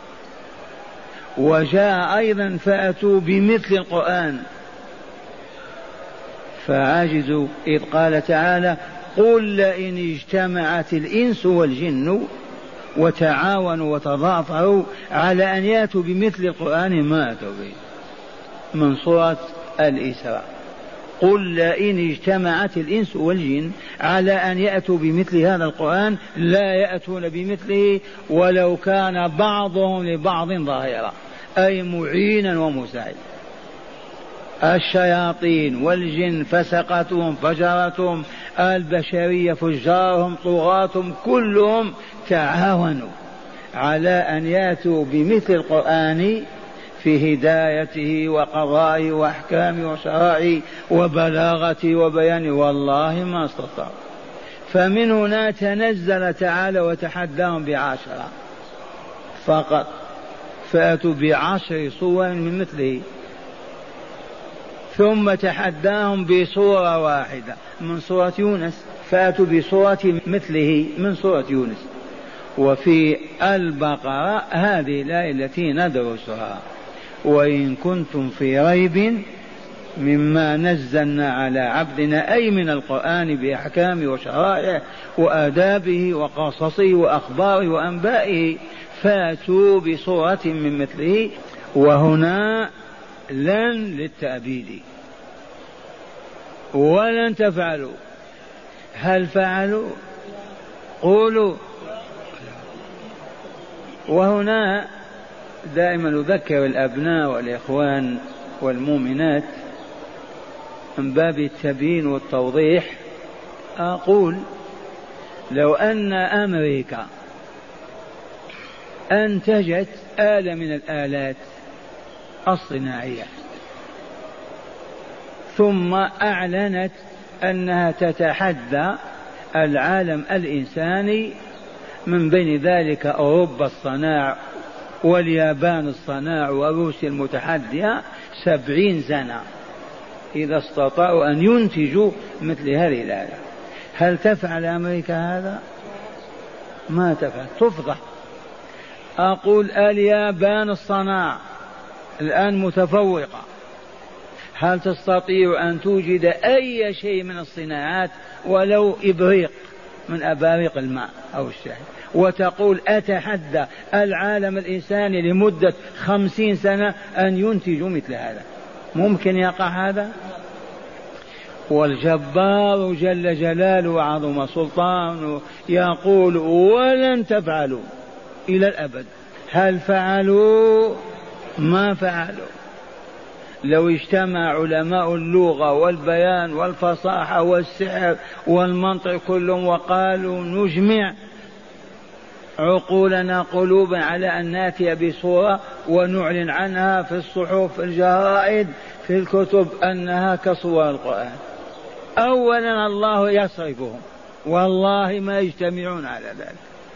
[SPEAKER 2] وجاء أيضا فأتوا بمثل القرآن فعجزوا، إذ قال تعالى قل لئن اجتمعت الإنس والجن وتعاونوا وتضافروا على أن يأتوا بمثل القرآن ما أتوا به. من سورة الإسراء قل لئن اجتمعت الإنس والجن على أن يأتوا بمثل هذا القرآن لا يأتون بمثله ولو كان بعضهم لبعض ظاهرا، أي معينا ومساعدا. الشياطين والجن فسقتهم فجرتهم، البشرية فجارهم طغاتهم، كلهم تعاونوا على أن يأتوا بمثل القرآن في هدايته وقضائه وأحكامه وشرائعه وبلاغته وبيانه، والله ما استطاعوا. فمن هنا تنزل تعالى وتحداهم بعشرة فقط، فأتوا بعشر صور من مثله، ثم تحداهم بصورة واحدة من سورة يونس، فأتوا بصورة مثله من سورة يونس. وفي البقرة هذه الآية التي ندرسها وإن كنتم في ريب مما نزلنا على عبدنا، أي من القرآن بأحكامه وشرائعه وآدابه وقصصه وأخباره وأنبائه فأتوا بصورة من مثله. وهنا لن للتأبيد ولن تفعلوا. هل فعلوا؟ قولوا. وهنا دائما نذكر الأبناء والإخوان والمؤمنات من باب التبيين والتوضيح، أقول لو أن أمريكا أنتجت آلة من الآلات الصناعية ثم أعلنت أنها تتحدى العالم الإنساني، من بين ذلك أوروبا الصناع واليابان الصناع وروسيا المتحدية سبعين سنة إذا استطاعوا أن ينتجوا مثل هذه الآلة، هل تفعل أمريكا هذا؟ ما تفعل، تفضح. أقول اليابان الصناع الآن متفوقة، هل تستطيع أن توجد أي شيء من الصناعات ولو إبريق من أباريق الماء أو الشاي وتقول أتحدى العالم الإنساني لمدة خمسين سنة أن ينتجوا مثل هذا؟ ممكن يقع هذا؟ والجبار جل جلاله وعظم سلطانه يقول ولن تفعلوا إلى الأبد. هل فعلوا؟ ما فعلوا. لو اجتمع علماء اللغة والبيان والفصاحة والسحر والمنطق كلهم وقالوا نجمع عقولنا قلوبا على أن ناتي بصورة ونعلن عنها في الصحف في الجرائد في الكتب أنها كصور القرآن، أولا الله يصرفهم والله ما يجتمعون على ذلك.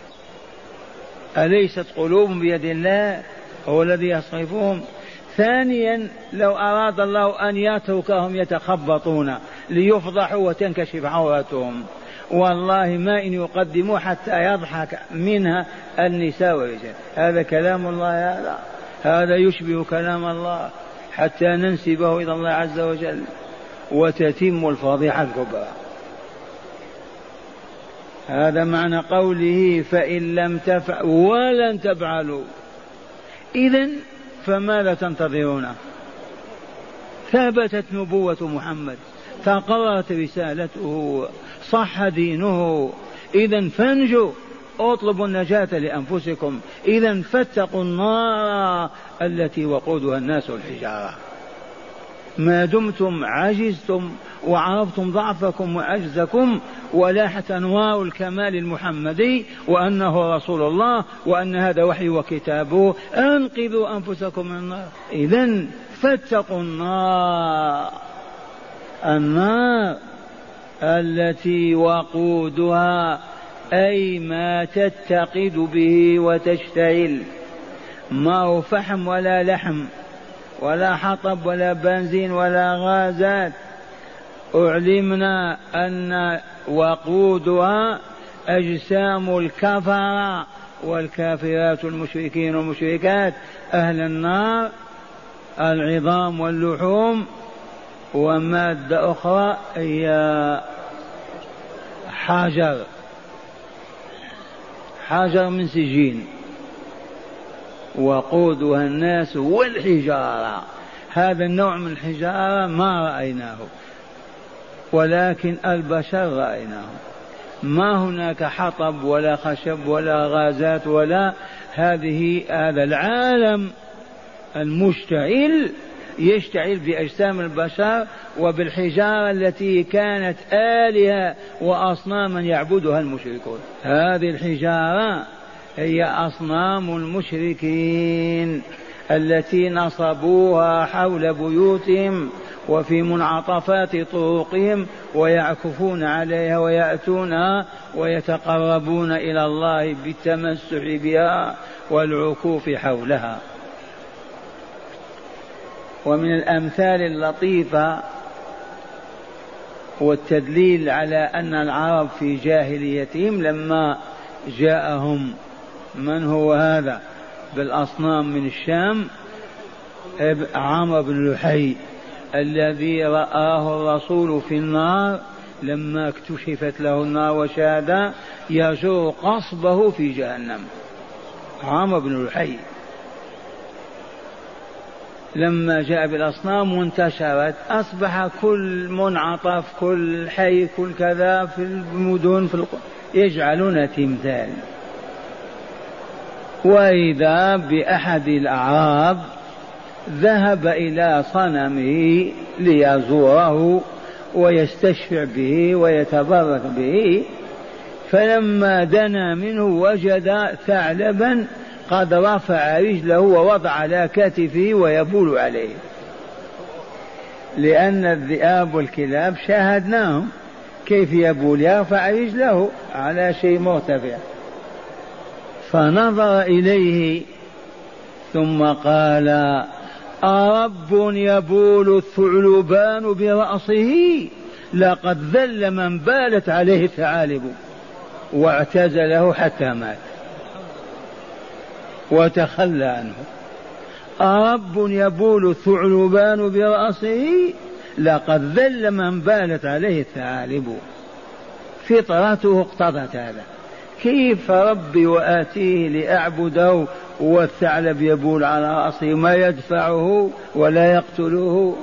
[SPEAKER 2] أليست قلوبهم بيد الله هو الذي يصرفهم؟ ثانيا لو أراد الله أن يتركهم يتخبطون ليفضحوا وتنكشف عوراتهم والله ما إن يقدموا حتى يضحك منها النساء والرجال. هذا كلام الله؟ هذا هذا يشبه كلام الله حتى ننسبه إلى الله عز وجل وتتم الفضيحة الكبرى. هذا معنى قوله فإن لم تفعلوا ولن تفعلوا. إذن فماذا تنتظرون؟ ثبتت نبوة محمد، تقررت رسالته، صح دينه، إذن فانجوا، اطلبوا النجاة لأنفسكم، إذن فاتقوا النار التي وقودها الناس والحجارة. ما دمتم عجزتم وعرفتم ضعفكم وعجزكم ولاحت أنوار الكمال المحمدي وأنه رسول الله وأن هذا وحي وكتابه، أنقذوا أنفسكم من النار. إذن فاتقوا النار، النار التي وقودها أي ما تتقد به وتشتعل، ما هو فحم ولا لحم ولا حطب ولا بنزين ولا غازات. أعلمنا أن وقودها أجسام الكفرة والكافرات المشركين والمشركات أهل النار، العظام واللحوم، ومادة أخرى هي حجر حجر من سجين، وقودها الناس والحجارة. هذا النوع من الحجارة ما رأيناه ولكن البشر رأيناه، ما هناك حطب ولا خشب ولا غازات ولا هذه. هذا العالم المشتعل يشتعل بأجسام البشر وبالحجارة التي كانت آلهة وأصناما يعبدها المشركون. هذه الحجارة هي أصنام المشركين التي نصبوها حول بيوتهم وفي منعطفات طرقهم ويعكفون عليها ويأتونها ويتقربون إلى الله بالتمسح بها والعكوف حولها. ومن الأمثال اللطيفة والتدليل على أن العرب في جاهليتهم لما جاءهم من هو هذا بالأصنام من الشام، عمرو بن لحي الذي رآه الرسول في النار لما اكتشفت له النار وشاهد يجر قصبه في جهنم. عمرو بن لحي لما جاء بالأصنام وانتشرت أصبح كل منعطف كل حي كل كذا في المدن في الق... يجعلون تمثال. وإذا بأحد الأعراب ذهب إلى صنمه ليزوره ويستشفع به ويتبرك به، فلما دنا منه وجد ثعلبا قد رفع رجله ووضع على كتفه ويبول عليه، لأن الذئاب والكلاب شاهدناهم كيف يبول، يرفع رجله على شيء مرتفع. فنظر إليه ثم قال أرب يبول الثعلبان برأسه لقد ذل من بالت عليه الثعالب، واعتزله حتى مات وتخلى عنه. أرب يبول الثعلبان برأسه لقد ذل من بالت عليه الثعالب. فطرته اقتضت هذا. كيف ربي وآتيه لأعبده والثعلب يبول على رأسه ما يدفعه ولا يقتله؟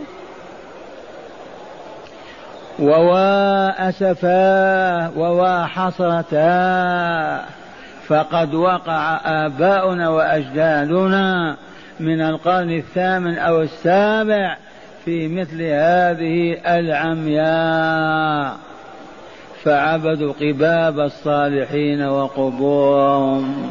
[SPEAKER 2] ووا أسفاه ووا حسرتاه، فقد وقع آباؤنا وأجدادنا من القرن الثامن أو السابع في مثل هذه العمياء، فعبدوا قباب الصالحين وقبورهم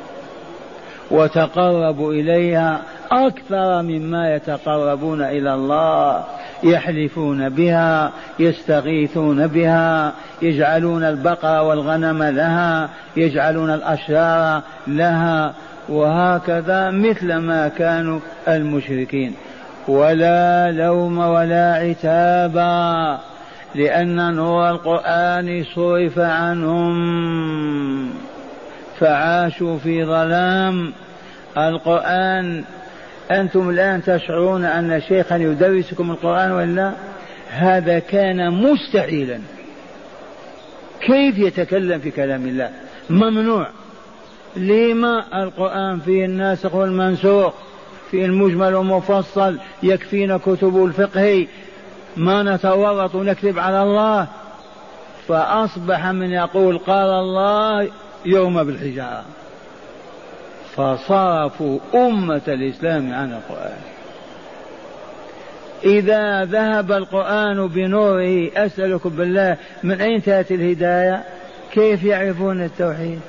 [SPEAKER 2] وتقربوا إليها أكثر مما يتقربون إلى الله، يحلفون بها، يستغيثون بها، يجعلون البقر والغنم لها، يجعلون الأشجار لها، وهكذا مثل ما كانوا المشركين. ولا لوم ولا عتابا، لأن نور القرآن صرف عنهم فعاشوا في ظلام. القرآن أنتم الآن تشعرون أن شيخا يدرسكم القرآن ولا؟ هذا كان مستحيلا. كيف يتكلم في كلام الله؟ ممنوع. لما؟ القرآن فيه الناسخ والمنسوخ، فيه المجمل والمفصل، يكفينا كتب الفقه، ما نتورط ونكذب على الله. فأصبح من يقول قال الله يوم بالحجارة، فصرفوا أمة الإسلام عن القرآن. إذا ذهب القرآن بنوره أسألكم بالله من أين تأتي الهداية؟ كيف يعرفون التوحيد؟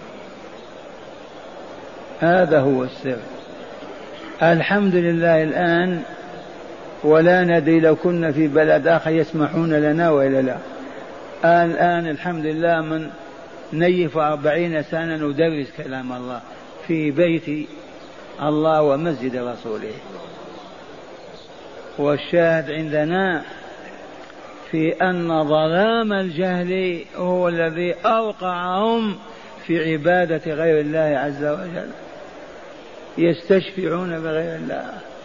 [SPEAKER 2] هذا هو السر. الحمد لله الآن، ولا ندري لو كنا في بلد آخر يسمحون لنا وإلا لا. الآن الحمد لله من نيف أربعين سنة ندرس كلام الله في بيت الله ومسجد رسوله. والشاهد عندنا في أن ظلام الجهل هو الذي أوقعهم في عبادة غير الله عز وجل، يستشفعون بغير الله.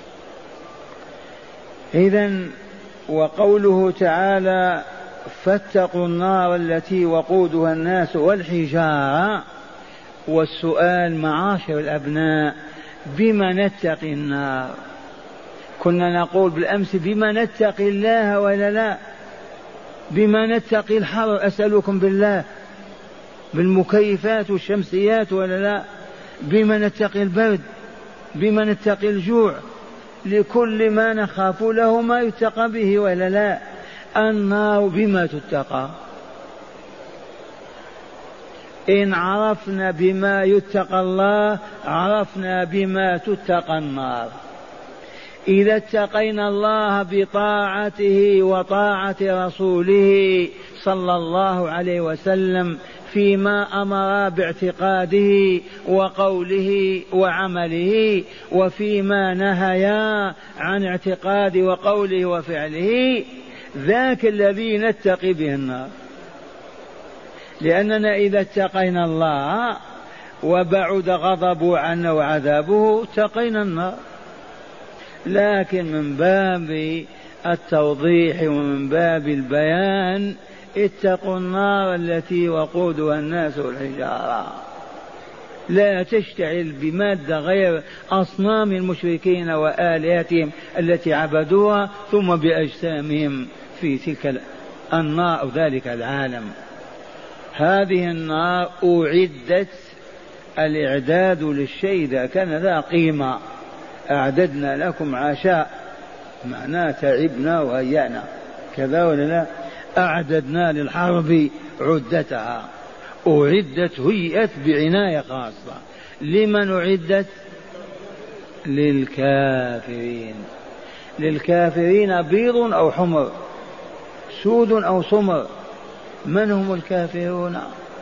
[SPEAKER 2] إذن وقوله تعالى فاتقوا النار التي وقودها الناس والحجارة. والسؤال معاشر الأبناء، بما نتقي النار؟ كنا نقول بالأمس بما نتقي الله ولا لا؟ بما نتقي الحر؟ أسألكم بالله، بالمكيفات والشمسيات ولا لا؟ بما نتقي البرد؟ بما نتقي الجوع؟ لكل ما نخاف له ما يتقى به ولا لا؟ النار بما تتقى؟ إن عرفنا بما يتقى الله عرفنا بما تتقى النار. إذا اتقينا الله بطاعته وطاعة رسوله صلى الله عليه وسلم فيما أمر باعتقاده وقوله وعمله، وفيما نهيا عن اعتقاد وقوله وفعله، ذاك الذي نتقي به النار. لأننا إذا اتقينا الله وبعد غضبه عنا وعذابه اتقينا النار. لكن من باب التوضيح ومن باب البيان اتقوا النار التي وقودها الناس والحجارة، لا تشتعل بمادة غير أصنام المشركين وآلهتهم التي عبدوها، ثم بأجسامهم في تلك النار أو ذلك العالم. هذه النار أعدت، الإعداد للشيء إذا كان ذا قيمة. أعددنا لكم عشاء، معناه تعبنا وهيأنا، كذا ولا لا؟ أعددنا للحرب عدتها، أعدت هيئت بعناية خاصة. لمن أعدت؟ للكافرين. للكافرين بيض أو حمر، سود أو سمر. من هم الكافرون؟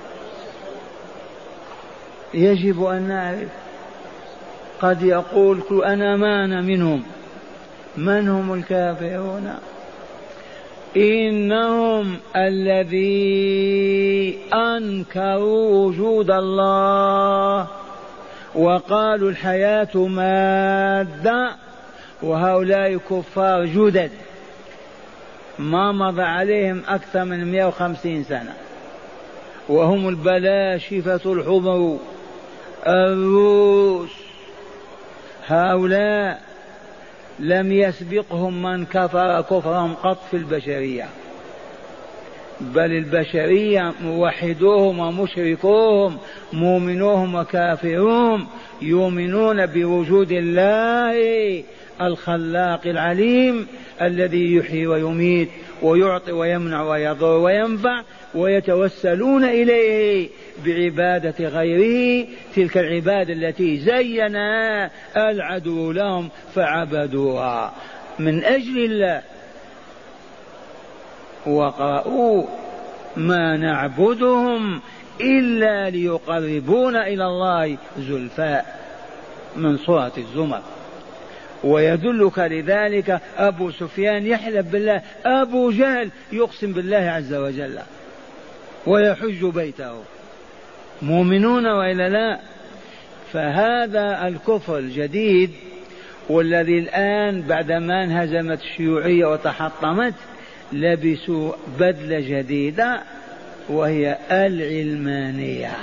[SPEAKER 2] يجب أن نعرف. قد يقول أنا ما أنا منهم. من هم الكافرون؟ إنهم الذي أنكروا وجود الله وقالوا الحياة مادة، وهؤلاء كفار جدد ما مضى عليهم أكثر من مئة وخمسين سنة، وهم البلاشفة الحمر الروس. هؤلاء لم يسبقهم من كفر كفرهم قط في البشرية، بل البشرية موحدوهم ومشركوهم مؤمنوهم وكافروهم يؤمنون بوجود الله الخلاق العليم الذي يحيي ويميت ويعطي ويمنع ويضر وينفع، ويتوسلون إليه بعبادة غيره، تلك العبادة التي زينها العدو لهم فعبدوها من أجل الله. وقرأوا ما نعبدهم إلا ليقربونا إلى الله زلفى من سورة الزمر. ويدلك لذلك أبو سفيان يحلف بالله، أبو جهل يقسم بالله عز وجل ويحج بيته، مؤمنون وإلا لا؟ فهذا الكفر الجديد والذي الآن بعدما انهزمت الشيوعية وتحطمت لبسوا بدلة جديدة وهي العلمانية،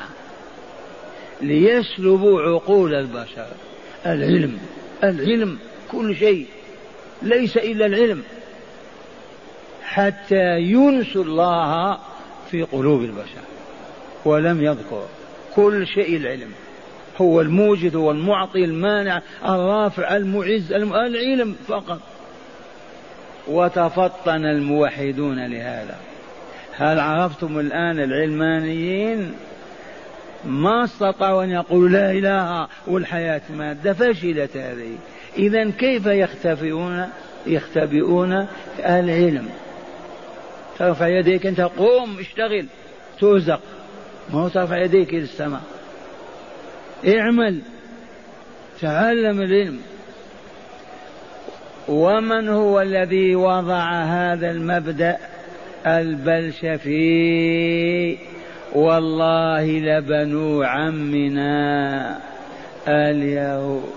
[SPEAKER 2] ليسلبوا عقول البشر. العلم العلم كل شيء، ليس إلا العلم، حتى ينسوا الله في قلوب البشر. ولم يذكر كل شيء العلم، هو الموجد والمعطي المانع الرافع المعز، العلم فقط. وتفطن الموحدون لهذا. هل عرفتم الآن العلمانيين ما استطاعوا أن يقولوا لا إله والحياة مادة؟ فشلت هذه. إذن كيف يختفئون يختبئون العلم؟ ترفع يديك أنت، قوم اشتغل ترزق، ما هو ترفع يديك إلى السماء، اعمل تعلم العلم. ومن هو الذي وضع هذا المبدأ؟ البلشفي، والله لبنو عمنا اليهود.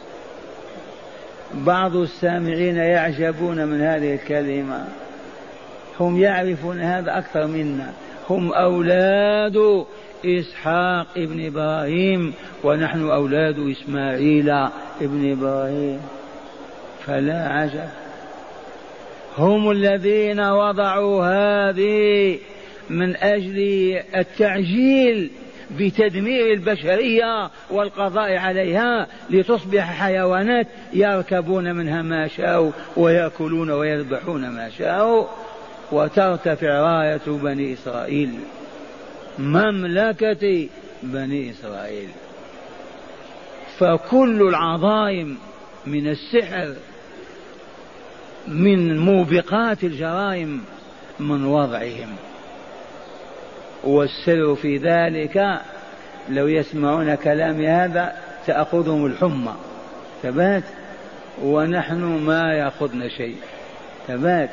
[SPEAKER 2] بعض السامعين يعجبون من هذه الكلمة، هم يعرفون هذا أكثر منا، هم أولاد إسحاق ابن إبراهيم ونحن أولاد إسماعيل ابن إبراهيم، فلا عجب. هم الذين وضعوا هذه من أجل التعجيل بتدمير البشرية والقضاء عليها لتصبح حيوانات يركبون منها ما شاءوا ويأكلون ويذبحون ما شاءوا، وترتفع راية بني إسرائيل، مملكة بني إسرائيل. فكل العظائم من السحر من موبقات الجرائم من وضعهم. والسر في ذلك لو يسمعون كلامي هذا تأخذهم الحمى ثبات، ونحن ما يأخذنا شيء ثبات.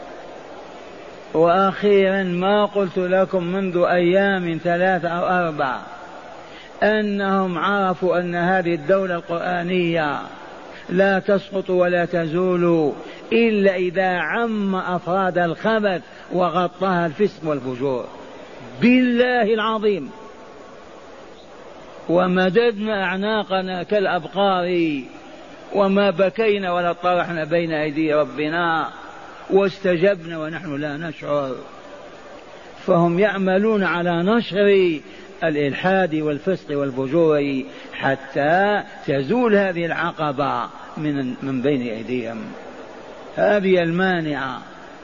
[SPEAKER 2] وأخيرا ما قلت لكم منذ أيام ثلاثة أو أربعة أنهم عرفوا أن هذه الدولة القرآنية لا تسقط ولا تزول إلا إذا عم أفراد الخبث وغطاها الفسق والفجور، بالله العظيم. ومددنا أعناقنا كالأبقار وما بكينا ولا طرحنا بين أيدي ربنا، واستجبنا ونحن لا نشعر. فهم يعملون على نشر الإلحاد والفسق والفجور حتى تزول هذه العقبة من من بين أيديهم، هذه المانعة.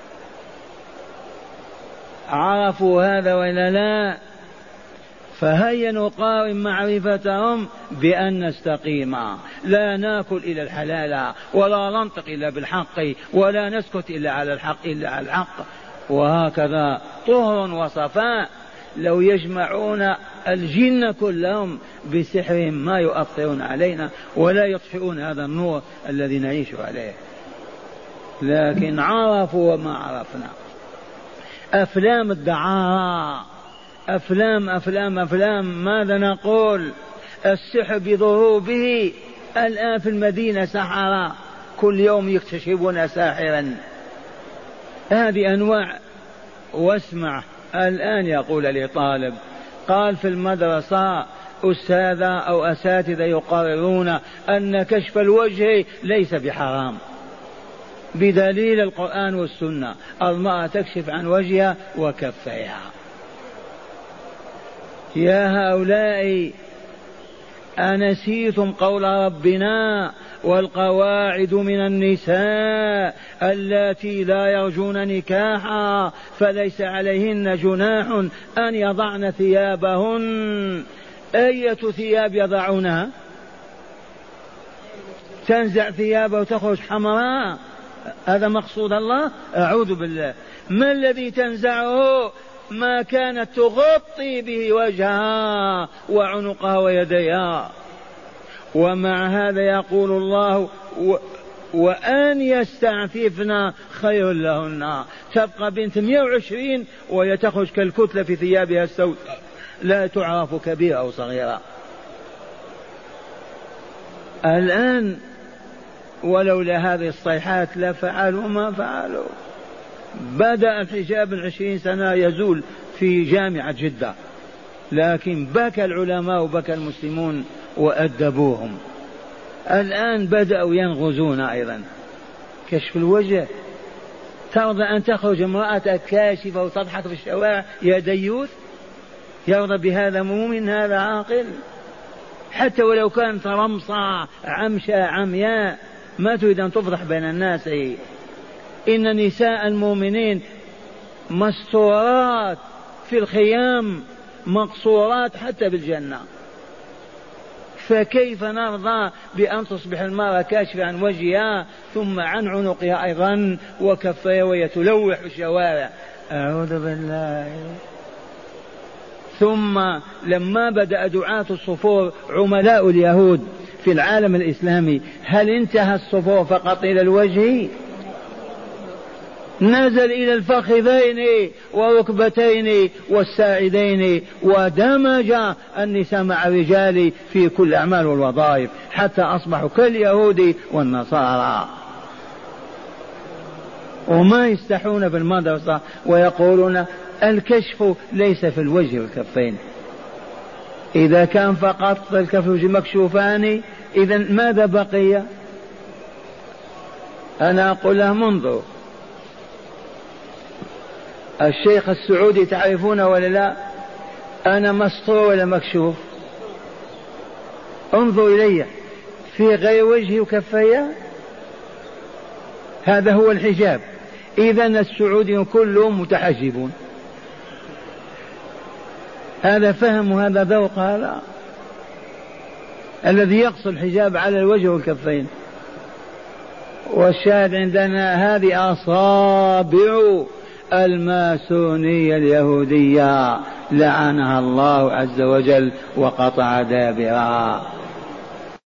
[SPEAKER 2] عرفوا هذا ولا لا؟ فهيا نقارن معرفتهم بأن نستقيم، لا ناكل إلا الحلال ولا ننطق إلا بالحق ولا نسكت إلا على الحق إلا على الحق، وهكذا طهر وصفاء. لو يجمعون الجن كلهم بسحرهم ما يؤثرون علينا ولا يطفئون هذا النور الذي نعيش عليه. لكن عرفوا وما عرفنا. أفلام الدعارة، أفلام أفلام أفلام، ماذا نقول؟ السحر بضروبه. الآن في المدينة سحرة كل يوم يكتشفون ساحرا، هذه أنواع. واسمع الآن يقول لي طالب قال في المدرسة أستاذة أو أساتذة يقررون أن كشف الوجه ليس بحرام بدليل القرآن والسنة، المرأة تكشف عن وجهها وكفيها. يا هؤلاء أنسيتم قول ربنا والقواعد من النساء اللاتي لا يرجون نكاحا فليس عليهن جناح أن يضعن ثيابهن. أية ثياب يضعونها؟ تنزع ثيابه وتخرج حمراء؟ هذا مقصود الله؟ أعوذ بالله. ما الذي تنزعه؟ ما كانت تغطي به وجهها وعنقها ويديها. ومع هذا يقول الله و وأن يستعففن خير لهن. تبقى بنت مئة وعشرين وهي تخرج كالكتلة في ثيابها السوداء لا تعرف كبيرة أو صغيرة. الآن ولولا هذه الصيحات لفعلوا ما فعلوا. بدأ الحجاب العشرين سنة يزول في جامعة جدة، لكن بكى العلماء وبكى المسلمون وأدبوهم. الآن بدأوا ينغزون أيضا. كشف الوجه، ترضى أن تخرج امرأة كاشفة وتضحك في الشوارع يا ديوث؟ يرضى بهذا مؤمن؟ هذا عاقل؟ حتى ولو كانت رمصة عمشة عمياء ما تريد أن تفضح بين الناس. إن نساء المؤمنين مستورات في الخيام، مقصورات حتى بالجنة، فكيف نرضى بأن تصبح المرأة كاشفة عن وجهها ثم عن عنقها أيضا وكفيها وهي تلوح في الشوارع؟ أعوذ بالله. ثم لما بدأ دعاة الصفور عملاء اليهود في العالم الإسلامي، هل انتهى الصفور فقط إلى الوجه؟ نزل إلى الفخذين وركبتين والساعدين، ودمج النساء مع الرجال في كل الأعمال والوظائف حتى أصبحوا كاليهود والنصارى. وما يستحون في المدرسة ويقولون الكشف ليس في الوجه والكفين. إذا كان فقط الكف والوجه مكشوفان إذا ماذا بقي؟ أنا أقول لهم انظروا، الشيخ السعودي تعرفونه ولا لا؟ أنا مسطور ولا مكشوف؟ انظر إلي في غير وجهي وكفي، هذا هو الحجاب. إذن السعوديون كلهم متحجبون. هذا فهم وهذا ذوق. هذا الذي يقصد الحجاب على الوجه والكفين. والشاهد عندنا هذه أصابع الماسونية اليهودية لعنها الله عز وجل وقطع دابرها.